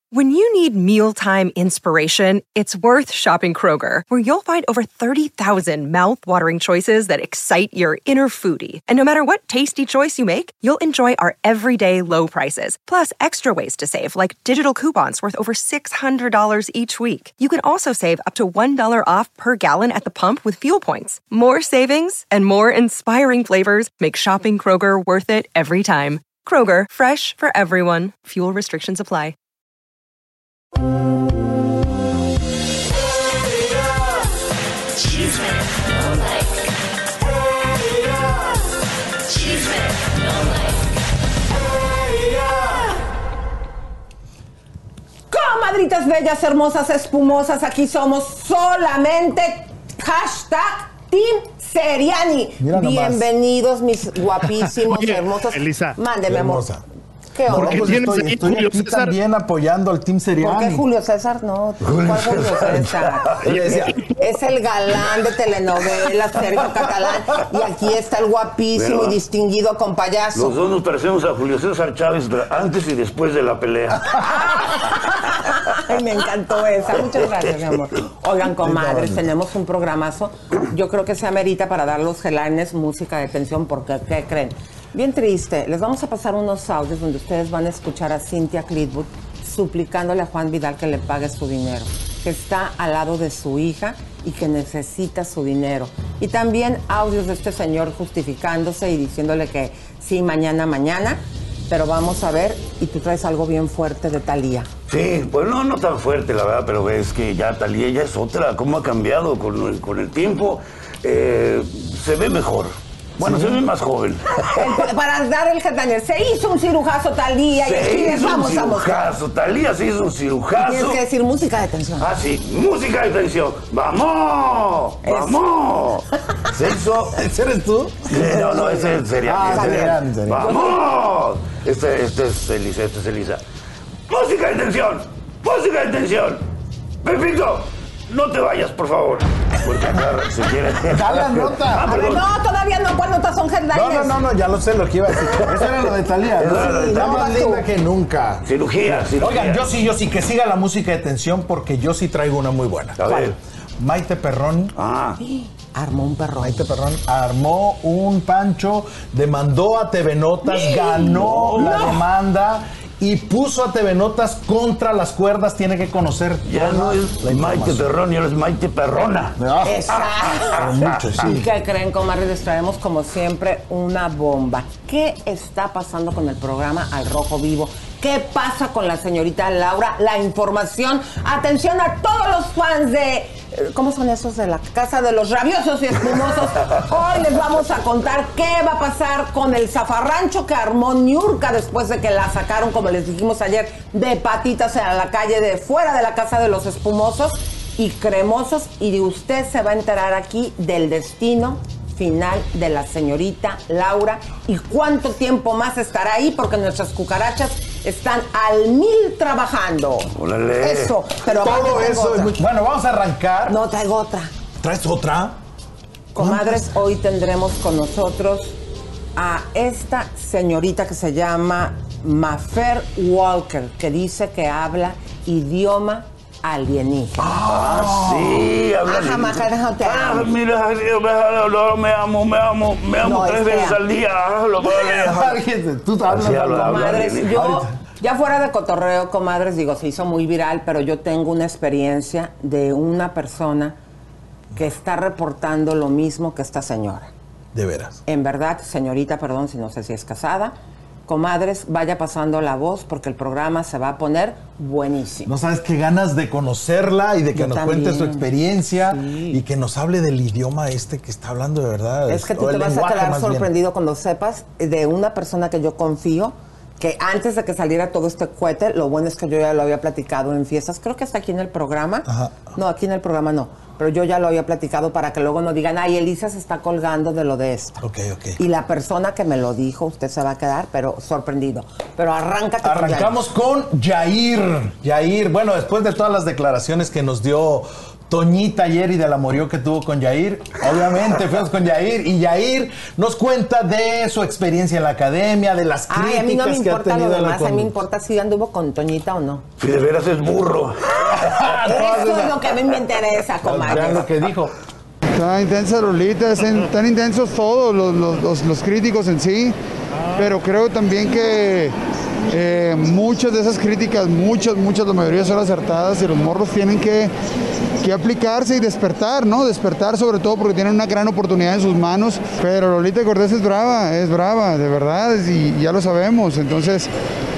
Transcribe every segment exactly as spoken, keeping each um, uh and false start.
When you need mealtime inspiration, it's worth shopping Kroger, where you'll find over thirty thousand mouth-watering choices that excite your inner foodie. And no matter what tasty choice you make, you'll enjoy our everyday low prices, plus extra ways to save, like digital coupons worth over six hundred dollars each week. You can also save up to one dollar off per gallon at the pump with fuel points. More savings and more inspiring flavors make shopping Kroger worth it every time. Kroger, fresh for everyone. Fuel restrictions apply. Comadritas bellas, hermosas, espumosas, aquí somos solamente hashtag Team Seriani. Mira Bienvenidos, mis guapísimos, Oye, hermosos. Elisa. Mándeme, amor. Hermosa. ¿Qué onda? Porque Pues tienes estoy, ahí estoy Julio aquí César. también apoyando al Team Seriani. ¿Por qué Julio César? No, ¿cuál Julio César? Es el galán de telenovelas, Sergio Catalán, y aquí está el guapísimo ¿verdad? y distinguido con payaso. Los dos nos parecemos a Julio César Chávez antes y después de la pelea. Ay, me encantó esa. Muchas gracias, mi amor. Oigan, comadres, tenemos un programazo. Yo creo que se amerita para dar los gelanes música de tensión, porque, ¿qué creen? Bien triste. Les vamos a pasar unos audios donde ustedes van a escuchar a Cynthia Clitwood suplicándole a Juan Vidal que le pague su dinero, que está al lado de su hija y que necesita su dinero. Y también audios de este señor justificándose y diciéndole que sí, mañana, mañana. Pero vamos a ver, y tú traes algo bien fuerte de Thalía. Sí, pues no, no tan fuerte, la verdad, pero ves que ya Thalía ya es otra. ¿Cómo ha cambiado con el, con el tiempo? Eh, se ve mejor. Bueno, ¿sí? Se ve más joven. El, para dar el headliner, se hizo un cirujazo Thalía. Se y aquí les hizo vamos un a mostrar. cirujazo, Thalía se hizo un cirujazo. Tienes que decir música de tensión. Ah, sí, música de tensión. ¡Vamos! Es- ¡Vamos! Se hizo... ¿Ese eres tú? Eh, No, no, ese es Seriani. Ah, ese es Seriani, Seriani. Seriani. ¡Vamos! Este, este es Elisa, este es Elisa. ¡Música de tensión! ¡Música de tensión! ¡Pepito! No te vayas, por favor. Porque acá se quiere... Da la nota. Ah, A ver, perdón. no, todavía no. ¿Cuál notas son headliners? No, no, no, no, ya lo sé lo que iba a decir. Eso era lo de Thalía. Eso era lo de ¿no? Thalía. Más linda que nunca. Cirugía, cirugía. Oigan, yo sí, yo sí, que siga la música de tensión porque yo sí traigo una muy buena. A ver. Maite Perroni. Ah, Armó un perro. Maite Perroni armó un pancho, demandó a T V Notas, ganó la demanda y puso a T V Notas contra las cuerdas. Tiene que conocer ya no toda es la Maite información. Perroni, ahora es Maite Perrona. Ah, Exacto. mucho, ¿Y sí. qué creen, comadres? Les traemos como siempre una bomba. ¿Qué está pasando con el programa Al Rojo Vivo? ¿Qué pasa con la señorita Laura? La información. Atención a todos los fans de... ¿Cómo son esos de la Casa de los Rabiosos y Espumosos? Hoy les vamos a contar qué va a pasar con el zafarrancho que armó Niurka después de que la sacaron, como les dijimos ayer, de patitas a la calle de fuera de la Casa de los Espumosos y Cremosos. Y de usted se va a enterar aquí del destino final de la señorita Laura y cuánto tiempo más estará ahí, porque nuestras cucarachas están al mil trabajando. Órale. Eso, pero Todo aparte tengo eso es otra. muy... Bueno, vamos a arrancar. No, traigo otra. ¿Traes otra? Comadres, hoy tendremos con nosotros a esta señorita que se llama Mafer Walker, que dice que habla idioma alienígena. Ah, sí, habla Ajá, de- Mafer, te Ah, amo. mira, no, me amo, me amo, me amo No, tres espera. veces al día. Ah, lo vale. Fíjense, tú hablas Así habla, habla Comadres, alienígena. yo, Ahorita. ya fuera de cotorreo, comadres, digo, se hizo muy viral, pero yo tengo una experiencia de una persona que está reportando lo mismo que esta señora. De veras. En verdad, señorita, perdón si no sé si es casada, comadres, vaya pasando la voz porque el programa se va a poner buenísimo. No sabes qué ganas de conocerla y de que Yo nos también. cuente su experiencia Sí. y que nos hable del idioma este que está hablando de verdad. Es que tú o te el vas a lenguaje, quedar más bien. sorprendido cuando sepas de una persona que yo confío, que antes de que saliera todo este cohete, lo bueno es que yo ya lo había platicado en fiestas, creo que hasta aquí en el programa. Ajá. No, aquí en el programa no, pero yo ya lo había platicado para que luego no digan, ay, Elisa se está colgando de lo de esto. Ok, ok. Y la persona que me lo dijo, usted se va a quedar, pero sorprendido. Pero arráncate. con Arrancamos con Yair. Yair, bueno, después de todas las declaraciones que nos dio Toñita ayer y del amorío que tuvo con Yair. Obviamente fuimos con Yair y Yair nos cuenta de su experiencia en la academia, de las críticas Ay, a mí no me que ha importa tenido. lo demás, la a mí me importa si anduvo con Toñita o no. Si de veras es burro. Eso es lo que a mí me interesa, comadre. Vean lo que dijo. Está intensa Lolita, están intensos todos los, los, los, los críticos en sí, pero creo también que eh, muchas de esas críticas, muchas, muchas, la mayoría son acertadas y los morros tienen que, que aplicarse y despertar, ¿no? Despertar sobre todo porque tienen una gran oportunidad en sus manos, pero Lolita Cortés es brava, es brava, de verdad, y ya lo sabemos, entonces...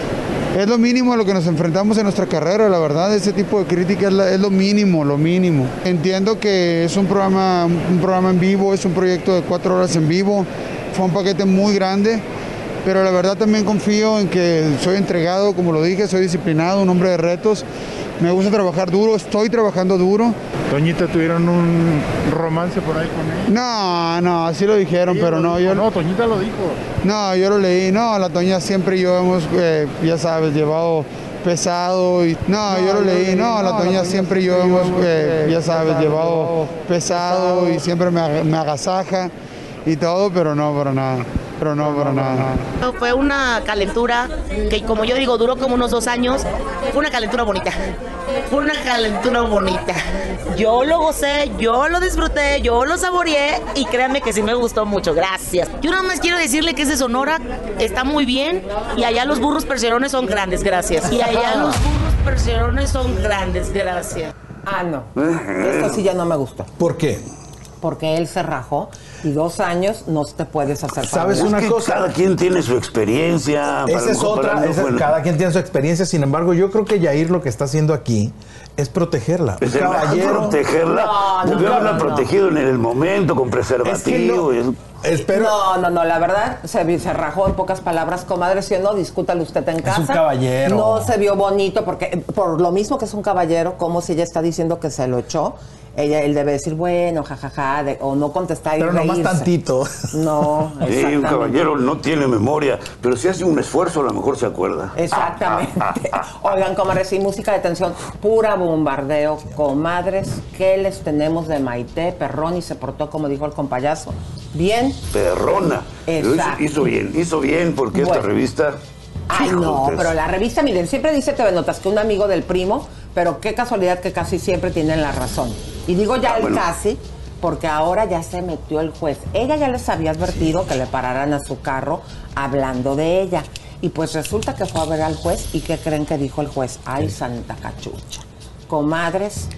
Es lo mínimo a lo que nos enfrentamos en nuestra carrera, la verdad, ese tipo de crítica es, la, es lo mínimo, lo mínimo. Entiendo que es un programa, un programa en vivo, es un proyecto de cuatro horas en vivo, fue un paquete muy grande, pero la verdad también confío en que soy entregado, como lo dije, soy disciplinado, un hombre de retos, me gusta trabajar duro, estoy trabajando duro. Toñita, ¿tuvieron un romance por ahí con él? No, no, así lo dijeron, Sí, pero lo no, dijo. yo... No, Toñita lo dijo. No, yo lo leí, no, la Toña siempre y yo hemos, eh, ya sabes, llevado pesado y... No, no yo lo leí, no, la Toña siempre y yo hemos, eh, ya sabes, llevado pesado y siempre me, me agasaja y todo, pero no, para nada. Pero no, para nada. Fue una calentura que, como yo digo, duró como unos dos años. Fue una calentura bonita. Fue una calentura bonita. Yo lo gocé, yo lo disfruté, yo lo saboreé y créanme que sí me gustó mucho. Gracias. Yo nada más quiero decirle que es de Sonora, está muy bien y allá los burros percherones son grandes, gracias. Y allá los burros percherones son grandes, gracias. Ah, no. Esto sí ya no me gustó. ¿Por qué? Porque él se rajó y dos años no te puedes hacer. ¿Sabes Es una que cosa? cada quien tiene su experiencia. para Esa lo es mejor para otra, no esa- fue- cada quien tiene su experiencia, sin embargo, yo creo que Yair lo que está haciendo aquí es protegerla. Un Es hermano, caballero. protegerla. No, no, Debió no, haberla no. protegido en el momento, con Es que preservativo. no- y eso. Espero. No, no, no, la verdad se, vi- se rajó en pocas palabras, comadre, si o no, discútalo usted en casa. un caballero. No se vio bonito porque por lo mismo que es un caballero, como si ella está diciendo que se lo echó, ella, él debe decir, bueno, jajaja, de- o no contestar y Pero nomás reírse. tantito. No, Sí, un exactamente. caballero no tiene memoria, pero si hace un esfuerzo a lo mejor se acuerda. Exactamente. Oigan, comadres, y música de tensión, pura bombardeo. Comadres, ¿qué les tenemos de Maite Perroni? Se portó, como dijo el compayazo, bien. Perrona. Pero hizo, Exacto. hizo bien, hizo bien porque esta Bueno. revista... Ay, Hijo no, de- pero la revista, miren, siempre dice T V Notas que un amigo del primo, pero qué casualidad que casi siempre tienen la razón. Y digo ya Ah, el bueno. casi, porque ahora ya se metió el juez. Ella ya les había advertido que le pararan a su carro hablando de ella. Y pues resulta que fue a ver al juez y ¿qué creen que dijo el juez? Ay, santa cachucha. Comadres,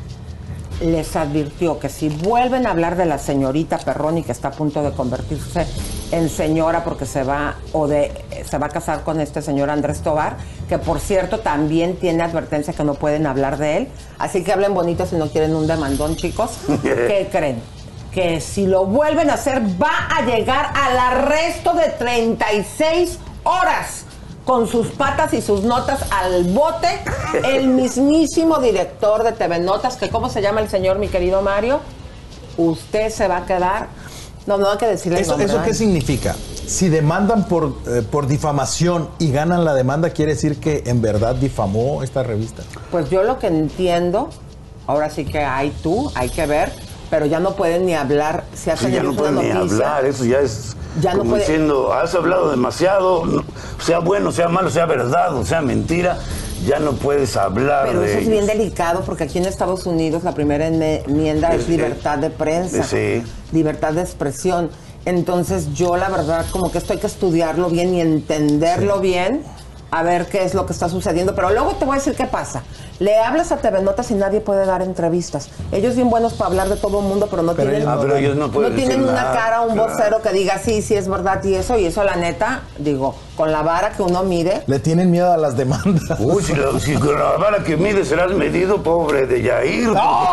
les advirtió que si vuelven a hablar de la señorita Perroni, que está a punto de convertirse en señora porque se va o de se va a casar con este señor Andrés Tobar, que por cierto también tiene advertencia que no pueden hablar de él, así que hablen bonito si no quieren un demandón, chicos. ¿Qué creen? Que si lo vuelven a hacer va a llegar al arresto de treinta y seis horas. Con sus patas y sus notas al bote, el mismísimo director de T V Notas, que ¿cómo se llama el señor, mi querido Mario? Usted se va a quedar... No, no hay que decirle el ¿Eso, nombre, ¿Eso qué ¿verdad? significa? Si demandan por, eh, por difamación y ganan la demanda, ¿quiere decir que en verdad difamó esta revista? Pues yo lo que entiendo, ahora sí que hay tú, hay que ver, pero ya no pueden ni hablar, si hacen Sí, ya no ellos una pueden ni noticia, hablar, eso ya es Ya no como puede- diciendo, has hablado demasiado, no- sea bueno, sea malo, sea verdad o sea mentira, ya no puedes hablar Pero de eso es bien ellos. delicado porque aquí en Estados Unidos la primera enme- enmienda es Es- libertad de prensa, sí. libertad de expresión. Entonces yo la verdad como que esto hay que estudiarlo bien y entenderlo bien, a ver qué es lo que está sucediendo. Pero luego te voy a decir qué pasa. Le hablas a T V Notas y nadie puede dar entrevistas. Ellos bien buenos para hablar de todo el mundo, pero no Pero tienen, ellos Ah, pero ellos no pueden tienen decir una nada, cara, un claro. vocero que diga sí, sí es verdad y eso. Y eso la neta, digo, con la vara que uno mide. Le tienen miedo a las demandas. Uy, si, la, si con la vara que mide serás medido, pobre de Yair.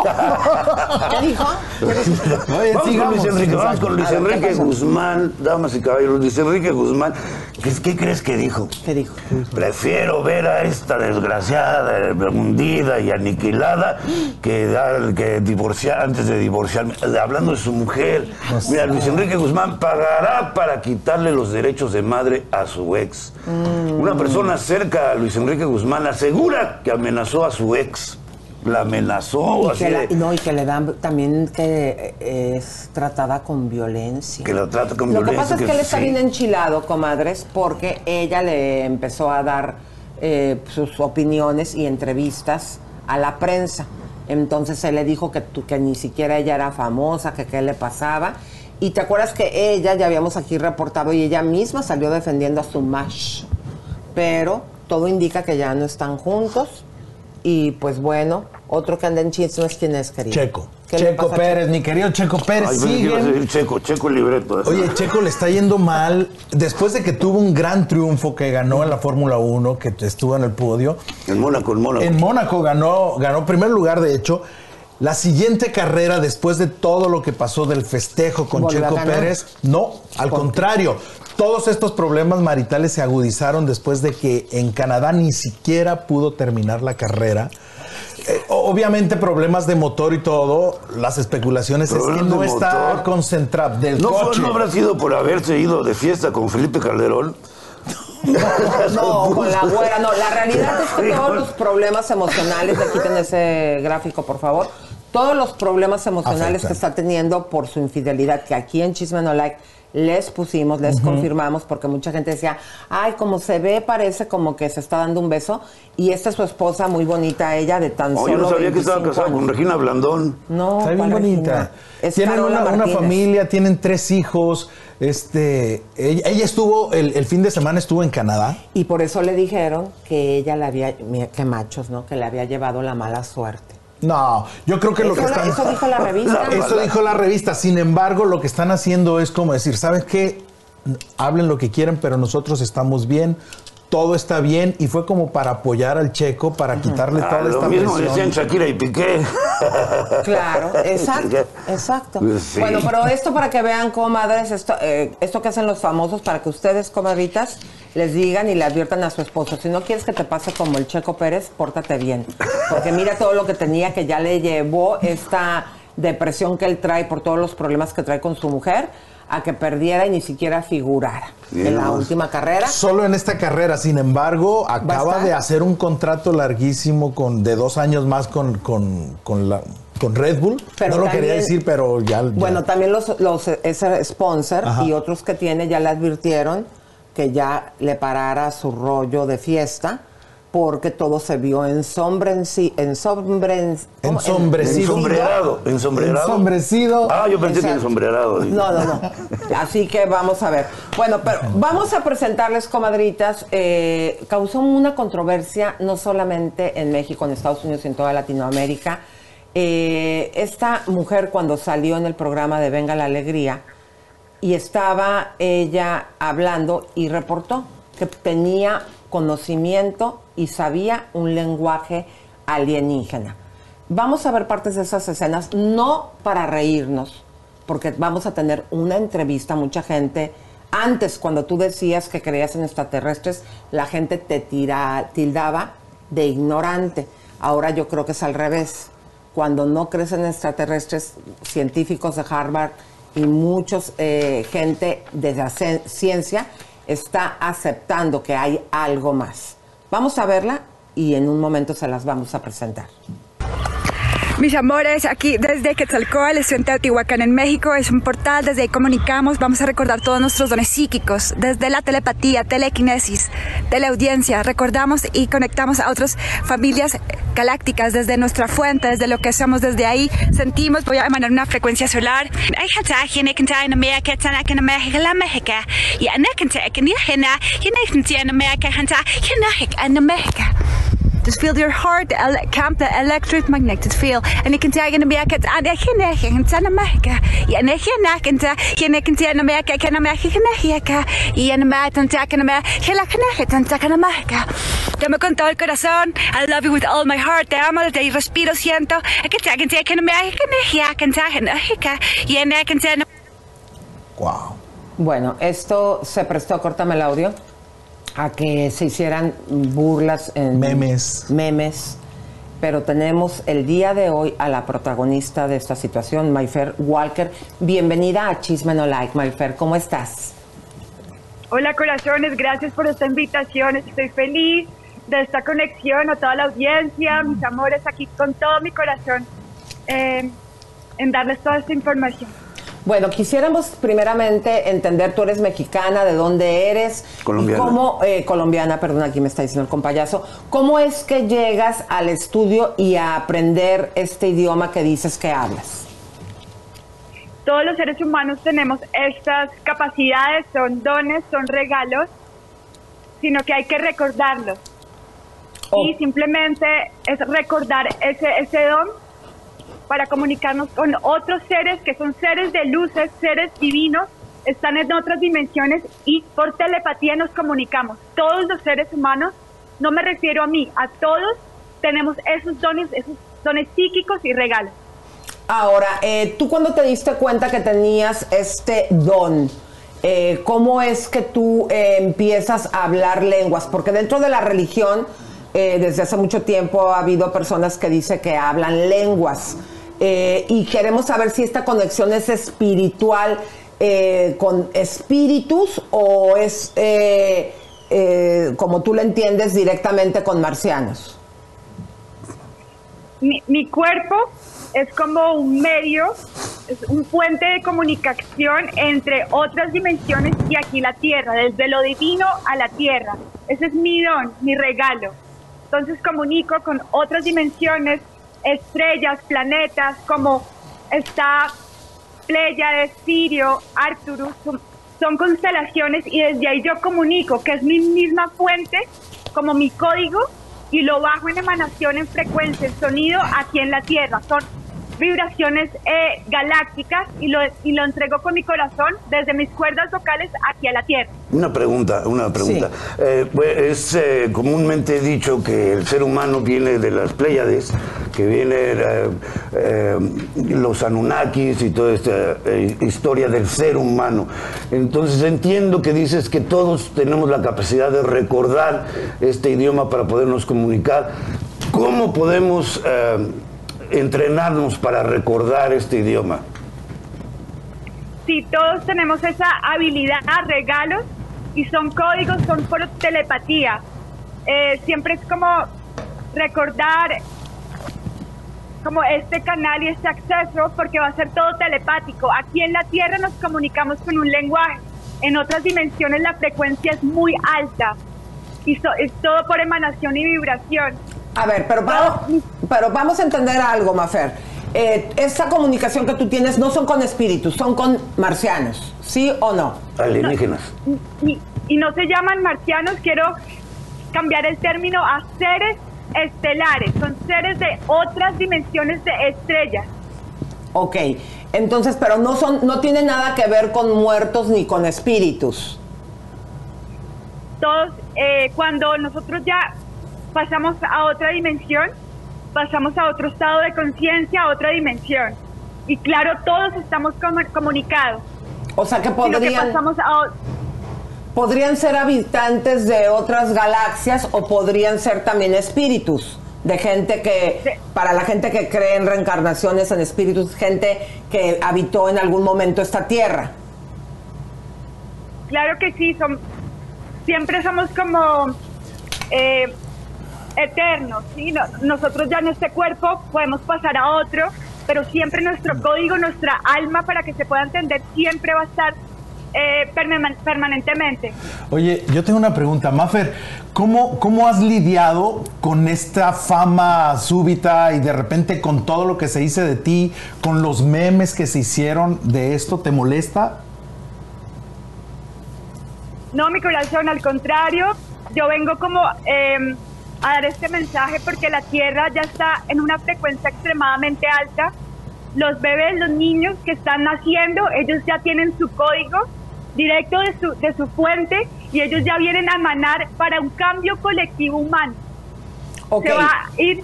¿Qué dijo? Oye, Vamos sigamos. con Luis Enrique, vamos con Luis A ver, ¿qué Enrique pasó? Guzmán, damas y caballeros, Luis Enrique Guzmán. ¿Qué, qué crees que dijo? ¿Qué dijo? Prefiero ver a esta desgraciada, eh, hundida y aniquilada que, dar, que divorciar antes de divorciarme. Eh, Hablando de su mujer. Mira, Luis Enrique Guzmán pagará para quitarle los derechos de madre a su ex. Una persona cerca a Luis Enrique Guzmán asegura que amenazó a su ex la amenazó. Y así que, la, de, no, y que le dan también que es tratada con violencia. Que la trata con Lo violencia. Lo que pasa es que, que él está sí. bien enchilado, comadres, porque ella le empezó a dar eh, sus opiniones y entrevistas a la prensa. Entonces él le dijo que, que ni siquiera ella era famosa, que qué le pasaba. Y te acuerdas que ella, ya habíamos aquí reportado, y ella misma salió defendiendo a su mash. Pero todo indica que ya no están juntos. Y pues bueno, otro que anda en chismes, ¿quién es, querido? Checo. Checo Pérez, Checo? Mi querido Checo Pérez. Ay, siguen... Checo, Checo el libreto. Eso. Oye, Checo le está yendo mal. Después de que tuvo un gran triunfo que ganó en la Fórmula uno, que estuvo en el podio. En Mónaco, en Mónaco. En Mónaco ganó, ganó primer lugar, de hecho. La siguiente carrera, después de todo lo que pasó del festejo con Checo Pérez, no, al contrario. Todos estos problemas maritales se agudizaron después de que en Canadá ni siquiera pudo terminar la carrera. Eh, obviamente problemas de motor y todo, las especulaciones es que no está concentrado del no, coche. ¿No habrá sido por haberse ido de fiesta con Felipe Calderón? No, con la güera, no. La realidad es que todos los problemas emocionales, le quiten ese gráfico, por favor, todos los problemas emocionales Afecta. que está teniendo por su infidelidad, que aquí en Chisme No Like les pusimos, les uh-huh. confirmamos, porque mucha gente decía, ay, como se ve, parece como que se está dando un beso, y esta es su esposa, muy bonita, ella, de tan oh, solo yo no sabía que estaba casada con Regina Blandón. No, está bien bonita. Tienen una, una familia, tienen tres hijos. Este, ella, ella estuvo, el, el fin de semana estuvo en Canadá. Y por eso le dijeron que ella le había, mira, qué machos, ¿no? Que le había llevado la mala suerte. No, yo creo que eso lo que la, están... Eso dijo la revista. Eso dijo la revista. Sin embargo, lo que están haciendo es como decir, ¿sabes qué? Hablen lo que quieran, pero nosotros estamos bien. Todo está bien, y fue como para apoyar al Checo, para uh-huh. quitarle ah, toda lo esta mismo presión. Decían Shakira y Piqué. Claro, exacto, exacto. Sí. Bueno, pero esto para que vean, comadres, esto, eh, esto que hacen los famosos, para que ustedes, comadritas, les digan y le adviertan a su esposo, si no quieres que te pase como el Checo Pérez, pórtate bien. Porque mira todo lo que tenía, que ya le llevó esta depresión que él trae por todos los problemas que trae con su mujer, a que perdiera y ni siquiera figurara Bien, en la última carrera. Solo en esta carrera, sin embargo, acaba de hacer un contrato larguísimo con de dos años más con, con, con, la, con Red Bull. Pero no también, lo quería decir, pero ya... ya. Bueno, también los, los ese sponsor Ajá. y otros que tiene ya le advirtieron que ya le parara su rollo de fiesta, porque todo se vio ensombreci, ensombren, ensombrecido. Ensombrerado. Ensombrerado. Ensombrecido. Ah, yo pensé Exacto. que ensombrerado. No, no, no. Así que vamos a ver. Bueno, pero vamos a presentarles, comadritas. Eh, causó una controversia no solamente en México, en Estados Unidos y en toda Latinoamérica. Eh, esta mujer, cuando salió en el programa de Venga la Alegría, y estaba ella hablando y reportó que tenía conocimiento y sabía un lenguaje alienígena. Vamos a ver partes de esas escenas, no para reírnos, porque vamos a tener una entrevista. Mucha gente, antes cuando tú decías que creías en extraterrestres, la gente te tira, tildaba de ignorante. Ahora yo creo que es al revés. Cuando no crees en extraterrestres, científicos de Harvard y muchos eh, gente de la ciencia está aceptando que hay algo más. Vamos a verla y en un momento se las vamos a presentar. Mis amores, aquí desde Quetzalcóatl, estoy en Teotihuacán, en México. Es un portal, desde ahí comunicamos. Vamos a recordar todos nuestros dones psíquicos, desde la telepatía, telequinesis, teleaudiencia. Recordamos y conectamos a otras familias galácticas desde nuestra fuente, desde lo que somos. Desde ahí sentimos, voy a emanar una frecuencia solar. Just feel your heart, camp the electric magnetic field, and you can tag in the back at the Hineka and Santa America. And the Hinak and Hinek and America can America y en America and Tack and America, Hilakanek and Tack and America. Te amo con todo el corazón. I love you with all my heart. Te amo, te respiro, siento. I can tag and take in America and Tack and America y en America. Wow. Bueno, esto se prestó, córtame el audio, a que se hicieran burlas en memes. memes, pero tenemos el día de hoy a la protagonista de esta situación, Mayfer Walker. Bienvenida a Chisme No Like, Mayfer, ¿cómo estás? Hola corazones, gracias por esta invitación, estoy feliz de esta conexión, a toda la audiencia, mis amores, aquí con todo mi corazón, eh, en darles toda esta información. Bueno, quisiéramos primeramente entender, tú eres mexicana, ¿de dónde eres? Colombiana. Y cómo, eh, colombiana, perdón, aquí me está diciendo el compayazo. ¿Cómo es que llegas al estudio y a aprender este idioma que dices que hablas? Todos los seres humanos tenemos estas capacidades, son dones, son regalos, sino que hay que recordarlos. Oh. Y simplemente es recordar ese, ese don para comunicarnos con otros seres que son seres de luces, seres divinos, están en otras dimensiones y por telepatía nos comunicamos. Todos los seres humanos, no me refiero a mí, a todos tenemos esos dones, esos dones psíquicos y regalos. Ahora, eh, tú cuando te diste cuenta que tenías este don, eh, ¿cómo es que tú eh, empiezas a hablar lenguas? Porque dentro de la religión, eh, desde hace mucho tiempo ha habido personas que dicen que hablan lenguas. Eh, y queremos saber si esta conexión es espiritual eh, con espíritus o es, eh, eh, como tú lo entiendes, directamente con marcianos. Mi, mi cuerpo es como un medio, es un puente de comunicación entre otras dimensiones y aquí la tierra, desde lo divino a la tierra. Ese es mi don, mi regalo. Entonces comunico con otras dimensiones, estrellas, planetas, como está Pléyades, Sirio, Arcturus, son, son constelaciones y desde ahí yo comunico, que es mi misma fuente, como mi código, y lo bajo en emanación, en frecuencia, en sonido aquí en la Tierra. Son vibraciones eh, galácticas y lo, y lo entrego con mi corazón desde mis cuerdas vocales aquí a la Tierra. Una pregunta, una pregunta. Sí. Eh, es eh, comúnmente dicho que el ser humano viene de las Pléyades, que viene eh, eh, los Anunnakis y toda esta eh, historia del ser humano. Entonces entiendo que dices que todos tenemos la capacidad de recordar este idioma para podernos comunicar. ¿Cómo podemos eh, entrenarnos para recordar este idioma? Sí, todos tenemos esa habilidad, regalos, y son códigos, son por telepatía. Eh, siempre es como recordar como este canal y este acceso, porque va a ser todo telepático. Aquí en la Tierra nos comunicamos con un lenguaje, en otras dimensiones la frecuencia es muy alta, y so, es todo por emanación y vibración. A ver, pero vamos, pero vamos a entender algo, Mafer. Eh, esta comunicación que tú tienes no son con espíritus, son con marcianos, ¿sí o no? Alienígenas. No, y, y no se llaman marcianos, quiero cambiar el término a seres estelares, son seres de otras dimensiones de estrellas. Ok, entonces, pero no son, no tiene nada que ver con muertos ni con espíritus. Todos, eh, cuando nosotros ya pasamos a otra dimensión, pasamos a otro estado de conciencia, a otra dimensión. Y claro, todos estamos com comunicados. O sea que podrían, que pasamos a, podrían ser habitantes de otras galaxias o podrían ser también espíritus. De gente que, sí. Para la gente que cree en reencarnaciones, en espíritus, gente que habitó en algún momento esta tierra. Claro que sí, son, siempre somos como... Eh, eternos, ¿sí? No, nosotros ya en este cuerpo podemos pasar a otro, pero siempre nuestro código, nuestra alma, para que se pueda entender, siempre va a estar eh, perman permanentemente. Oye, yo tengo una pregunta, Mafer, ¿cómo, ¿cómo has lidiado con esta fama súbita y de repente con todo lo que se dice de ti, con los memes que se hicieron de esto? ¿Te molesta? No, mi corazón, al contrario, yo vengo como... Eh, a dar este mensaje porque la Tierra ya está en una frecuencia extremadamente alta. Los bebés, los niños que están naciendo, ellos ya tienen su código directo de su, de su fuente y ellos ya vienen a emanar para un cambio colectivo humano. Okay. Se va a ir...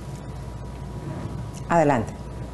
Adelante.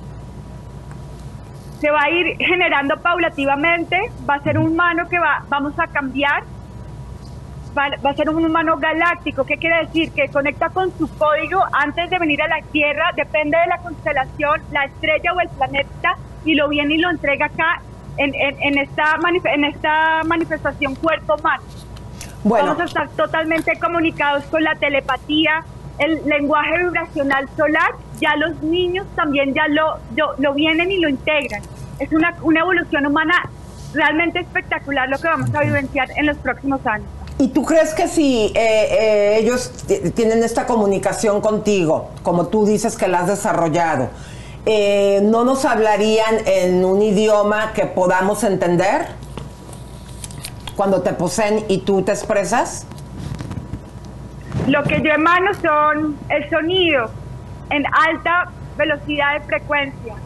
Se va a ir generando paulativamente, va a ser un humano que va, vamos a cambiar. Va, va a ser un humano galáctico. ¿Qué quiere decir? Que conecta con su código antes de venir a la Tierra, depende de la constelación, la estrella o el planeta, y lo viene y lo entrega acá en, en, en, esta, manif en esta manifestación cuerpo humano. Bueno. Vamos a estar totalmente comunicados con la telepatía, el lenguaje vibracional solar. Ya los niños también ya lo, lo, lo vienen y lo integran. Es una, una evolución humana realmente espectacular lo que vamos a vivenciar en los próximos años. ¿Y tú crees que si eh, eh, ellos tienen esta comunicación contigo, como tú dices que la has desarrollado, eh, no nos hablarían en un idioma que podamos entender cuando te poseen y tú te expresas? Lo que yo emano son el sonido en alta velocidad de frecuencia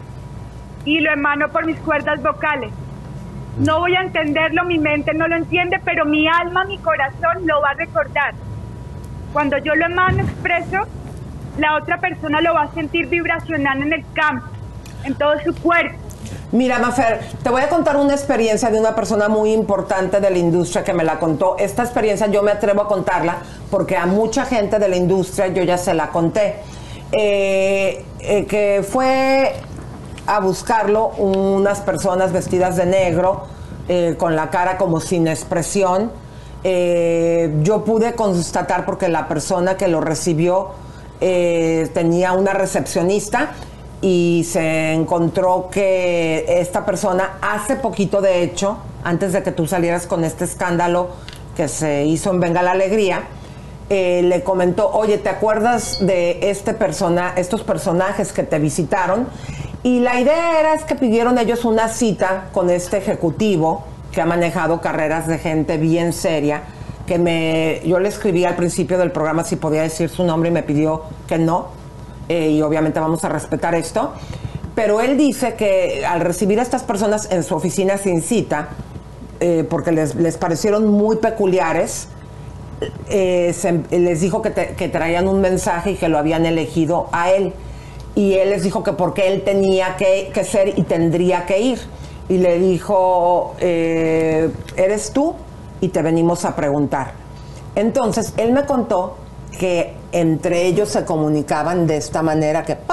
y lo emano por mis cuerdas vocales. No voy a entenderlo, mi mente no lo entiende, pero mi alma, mi corazón lo va a recordar. Cuando yo lo emano, expreso, la otra persona lo va a sentir vibracional en el campo, en todo su cuerpo. Mira, Mafer, te voy a contar una experiencia de una persona muy importante de la industria que me la contó. Esta experiencia yo me atrevo a contarla porque a mucha gente de la industria yo ya se la conté. Eh, eh, que fue a buscarlo unas personas vestidas de negro, eh, con la cara como sin expresión. Eh, yo pude constatar, porque la persona que lo recibió eh, tenía una recepcionista, y se encontró que esta persona hace poquito, de hecho, antes de que tú salieras con este escándalo que se hizo en Venga la Alegría, eh, le comentó, oye, ¿te acuerdas de este persona, estos personajes que te visitaron? Y la idea era es que pidieron ellos una cita con este ejecutivo que ha manejado carreras de gente bien seria, que me, yo le escribí al principio del programa si podía decir su nombre y me pidió que no, eh, y obviamente vamos a respetar esto, pero él dice que al recibir a estas personas en su oficina sin cita, eh, porque les, les parecieron muy peculiares, eh, se, les dijo que, te, que traían un mensaje y que lo habían elegido a él. Y él les dijo que porque él tenía que, que ser y tendría que ir. Y le dijo, eh, ¿eres tú? Y te venimos a preguntar. Entonces, él me contó que entre ellos se comunicaban de esta manera, que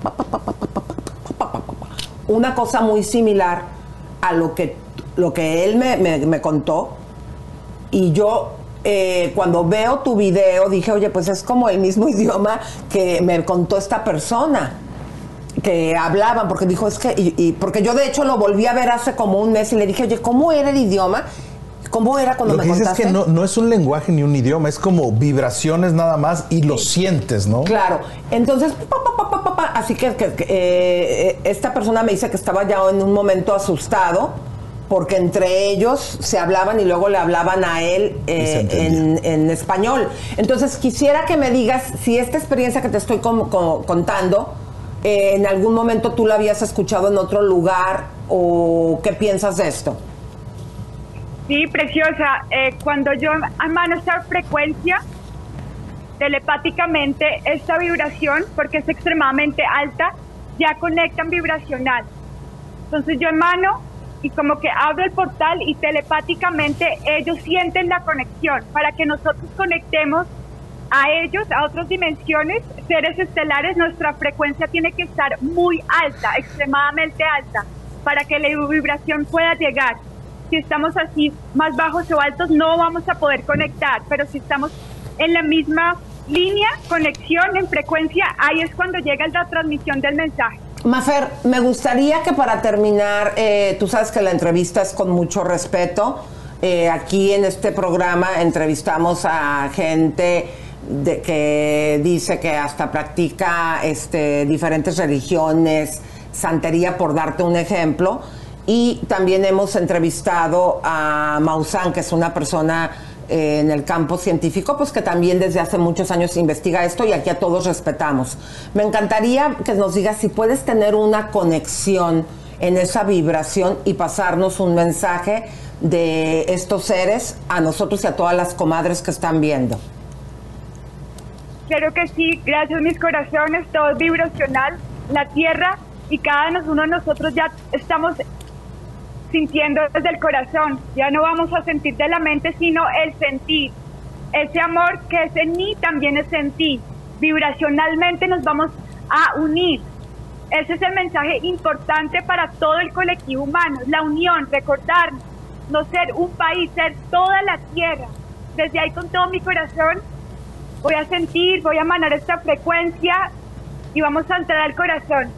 una cosa muy similar a lo que, lo que él me, me, me contó. Y yo, eh, cuando veo tu video, dije, oye, pues es como el mismo idioma que me contó esta persona, que hablaban, porque dijo, es que, y, y porque yo de hecho lo volví a ver hace como un mes y le dije, oye, ¿cómo era el idioma? ¿Cómo era cuando lo me que contaste? Es que no, no es un lenguaje ni un idioma, es como vibraciones nada más y lo sientes, ¿no? Claro. Entonces, pa, pa, pa, pa, pa, pa, así que, que, que eh, esta persona me dice que estaba ya en un momento asustado, porque entre ellos se hablaban y luego le hablaban a él eh, en, en español. Entonces, quisiera que me digas si esta experiencia que te estoy con, con, contando, eh, en algún momento tú la habías escuchado en otro lugar, o qué piensas de esto. Sí, preciosa. Eh, cuando yo emano esta frecuencia, telepáticamente, esta vibración, porque es extremadamente alta, ya conectan vibracional. Entonces yo emano y como que abro el portal y telepáticamente ellos sienten la conexión para que nosotros conectemos a ellos, a otras dimensiones, seres estelares. Nuestra frecuencia tiene que estar muy alta, extremadamente alta, para que la vibración pueda llegar. Si estamos así más bajos o altos, no vamos a poder conectar, pero si estamos en la misma línea, conexión, en frecuencia, ahí es cuando llega la transmisión del mensaje. Mafer, me gustaría que para terminar, eh, tú sabes que la entrevista es con mucho respeto. Eh, aquí en este programa entrevistamos a gente de, que dice que hasta practica este, diferentes religiones, santería, por darte un ejemplo. Y también hemos entrevistado a Maussan, que es una persona eh, en el campo científico, pues que también desde hace muchos años investiga esto, y aquí a todos respetamos. Me encantaría que nos digas si puedes tener una conexión en esa vibración y pasarnos un mensaje de estos seres a nosotros y a todas las comadres que están viendo. Claro que sí, gracias mis corazones, todo es vibracional, la tierra y cada uno de nosotros ya estamos sintiendo desde el corazón, ya no vamos a sentir de la mente, sino el sentir. Ese amor que es en mí también es en ti. Vibracionalmente nos vamos a unir. Ese es el mensaje importante para todo el colectivo humano, la unión, recordarnos, no ser un país, ser toda la tierra, desde ahí con todo mi corazón, voy a sentir, voy a emanar esta frecuencia y vamos a entrar al corazón.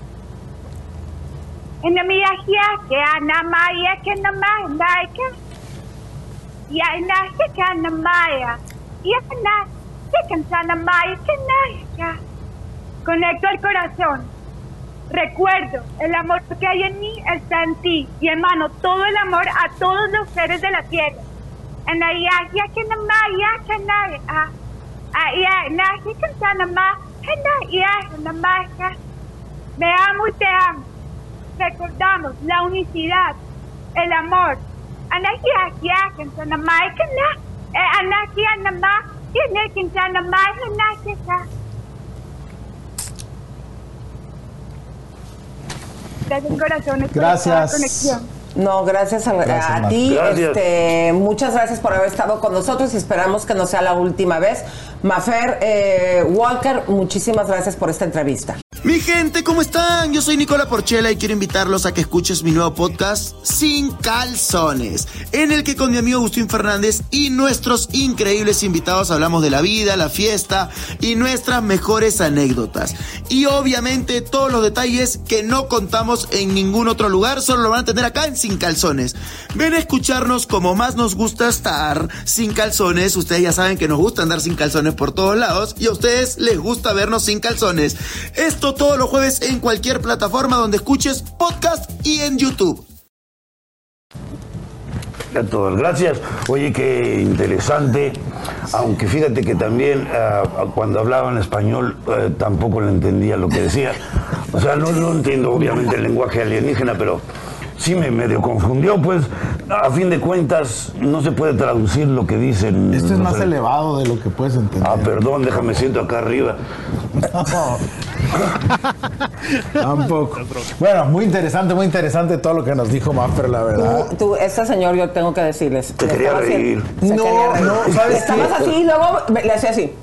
En la mía que anamaya que namaya que ya naje que anamaya y ana que cansana maya que naya. Conecto al corazón. Recuerdo, el amor que hay en mí está en ti y emano todo el amor a todos los seres de la tierra. En la ya que namaya que naya. Ya naje que cansana maya que namaya. Me amo y te amo. Recordamos la unicidad, el amor. Gracias, corazones, por gracias. esta conexión. No, gracias a, gracias, a ti. Gracias. Este, muchas gracias por haber estado con nosotros y esperamos que no sea la última vez. Mafer eh, Walker, muchísimas gracias por esta entrevista. Mi gente, ¿cómo están? Yo soy Nicola Porchela y quiero invitarlos a que escuches mi nuevo podcast Sin Calzones, en el que con mi amigo Agustín Fernández y nuestros increíbles invitados hablamos de la vida, la fiesta y nuestras mejores anécdotas. Y obviamente todos los detalles que no contamos en ningún otro lugar, solo lo van a tener acá en Sin Calzones. Ven a escucharnos como más nos gusta estar sin calzones. Ustedes ya saben que nos gusta andar sin calzones por todos lados y a ustedes les gusta vernos sin calzones. Esto todos los jueves en cualquier plataforma donde escuches podcast y en YouTube. A todos, gracias. Oye, qué interesante. Aunque fíjate que también uh, cuando hablaba en español uh, tampoco le entendía lo que decía. O sea, no, no entiendo obviamente el lenguaje alienígena, pero sí me medio confundió, pues a fin de cuentas no se puede traducir lo que dicen. Esto es no más sé. elevado de lo que puedes entender. Ah, perdón, déjame siento acá arriba. No. Tampoco. Bueno, muy interesante, muy interesante todo lo que nos dijo Mafer, la verdad. Tú, tú, este señor, yo tengo que decirles. Te le quería estaba reír. haciendo- se No, quería reír. no, ¿sabes Estabas qué? así y luego me- le hacía así.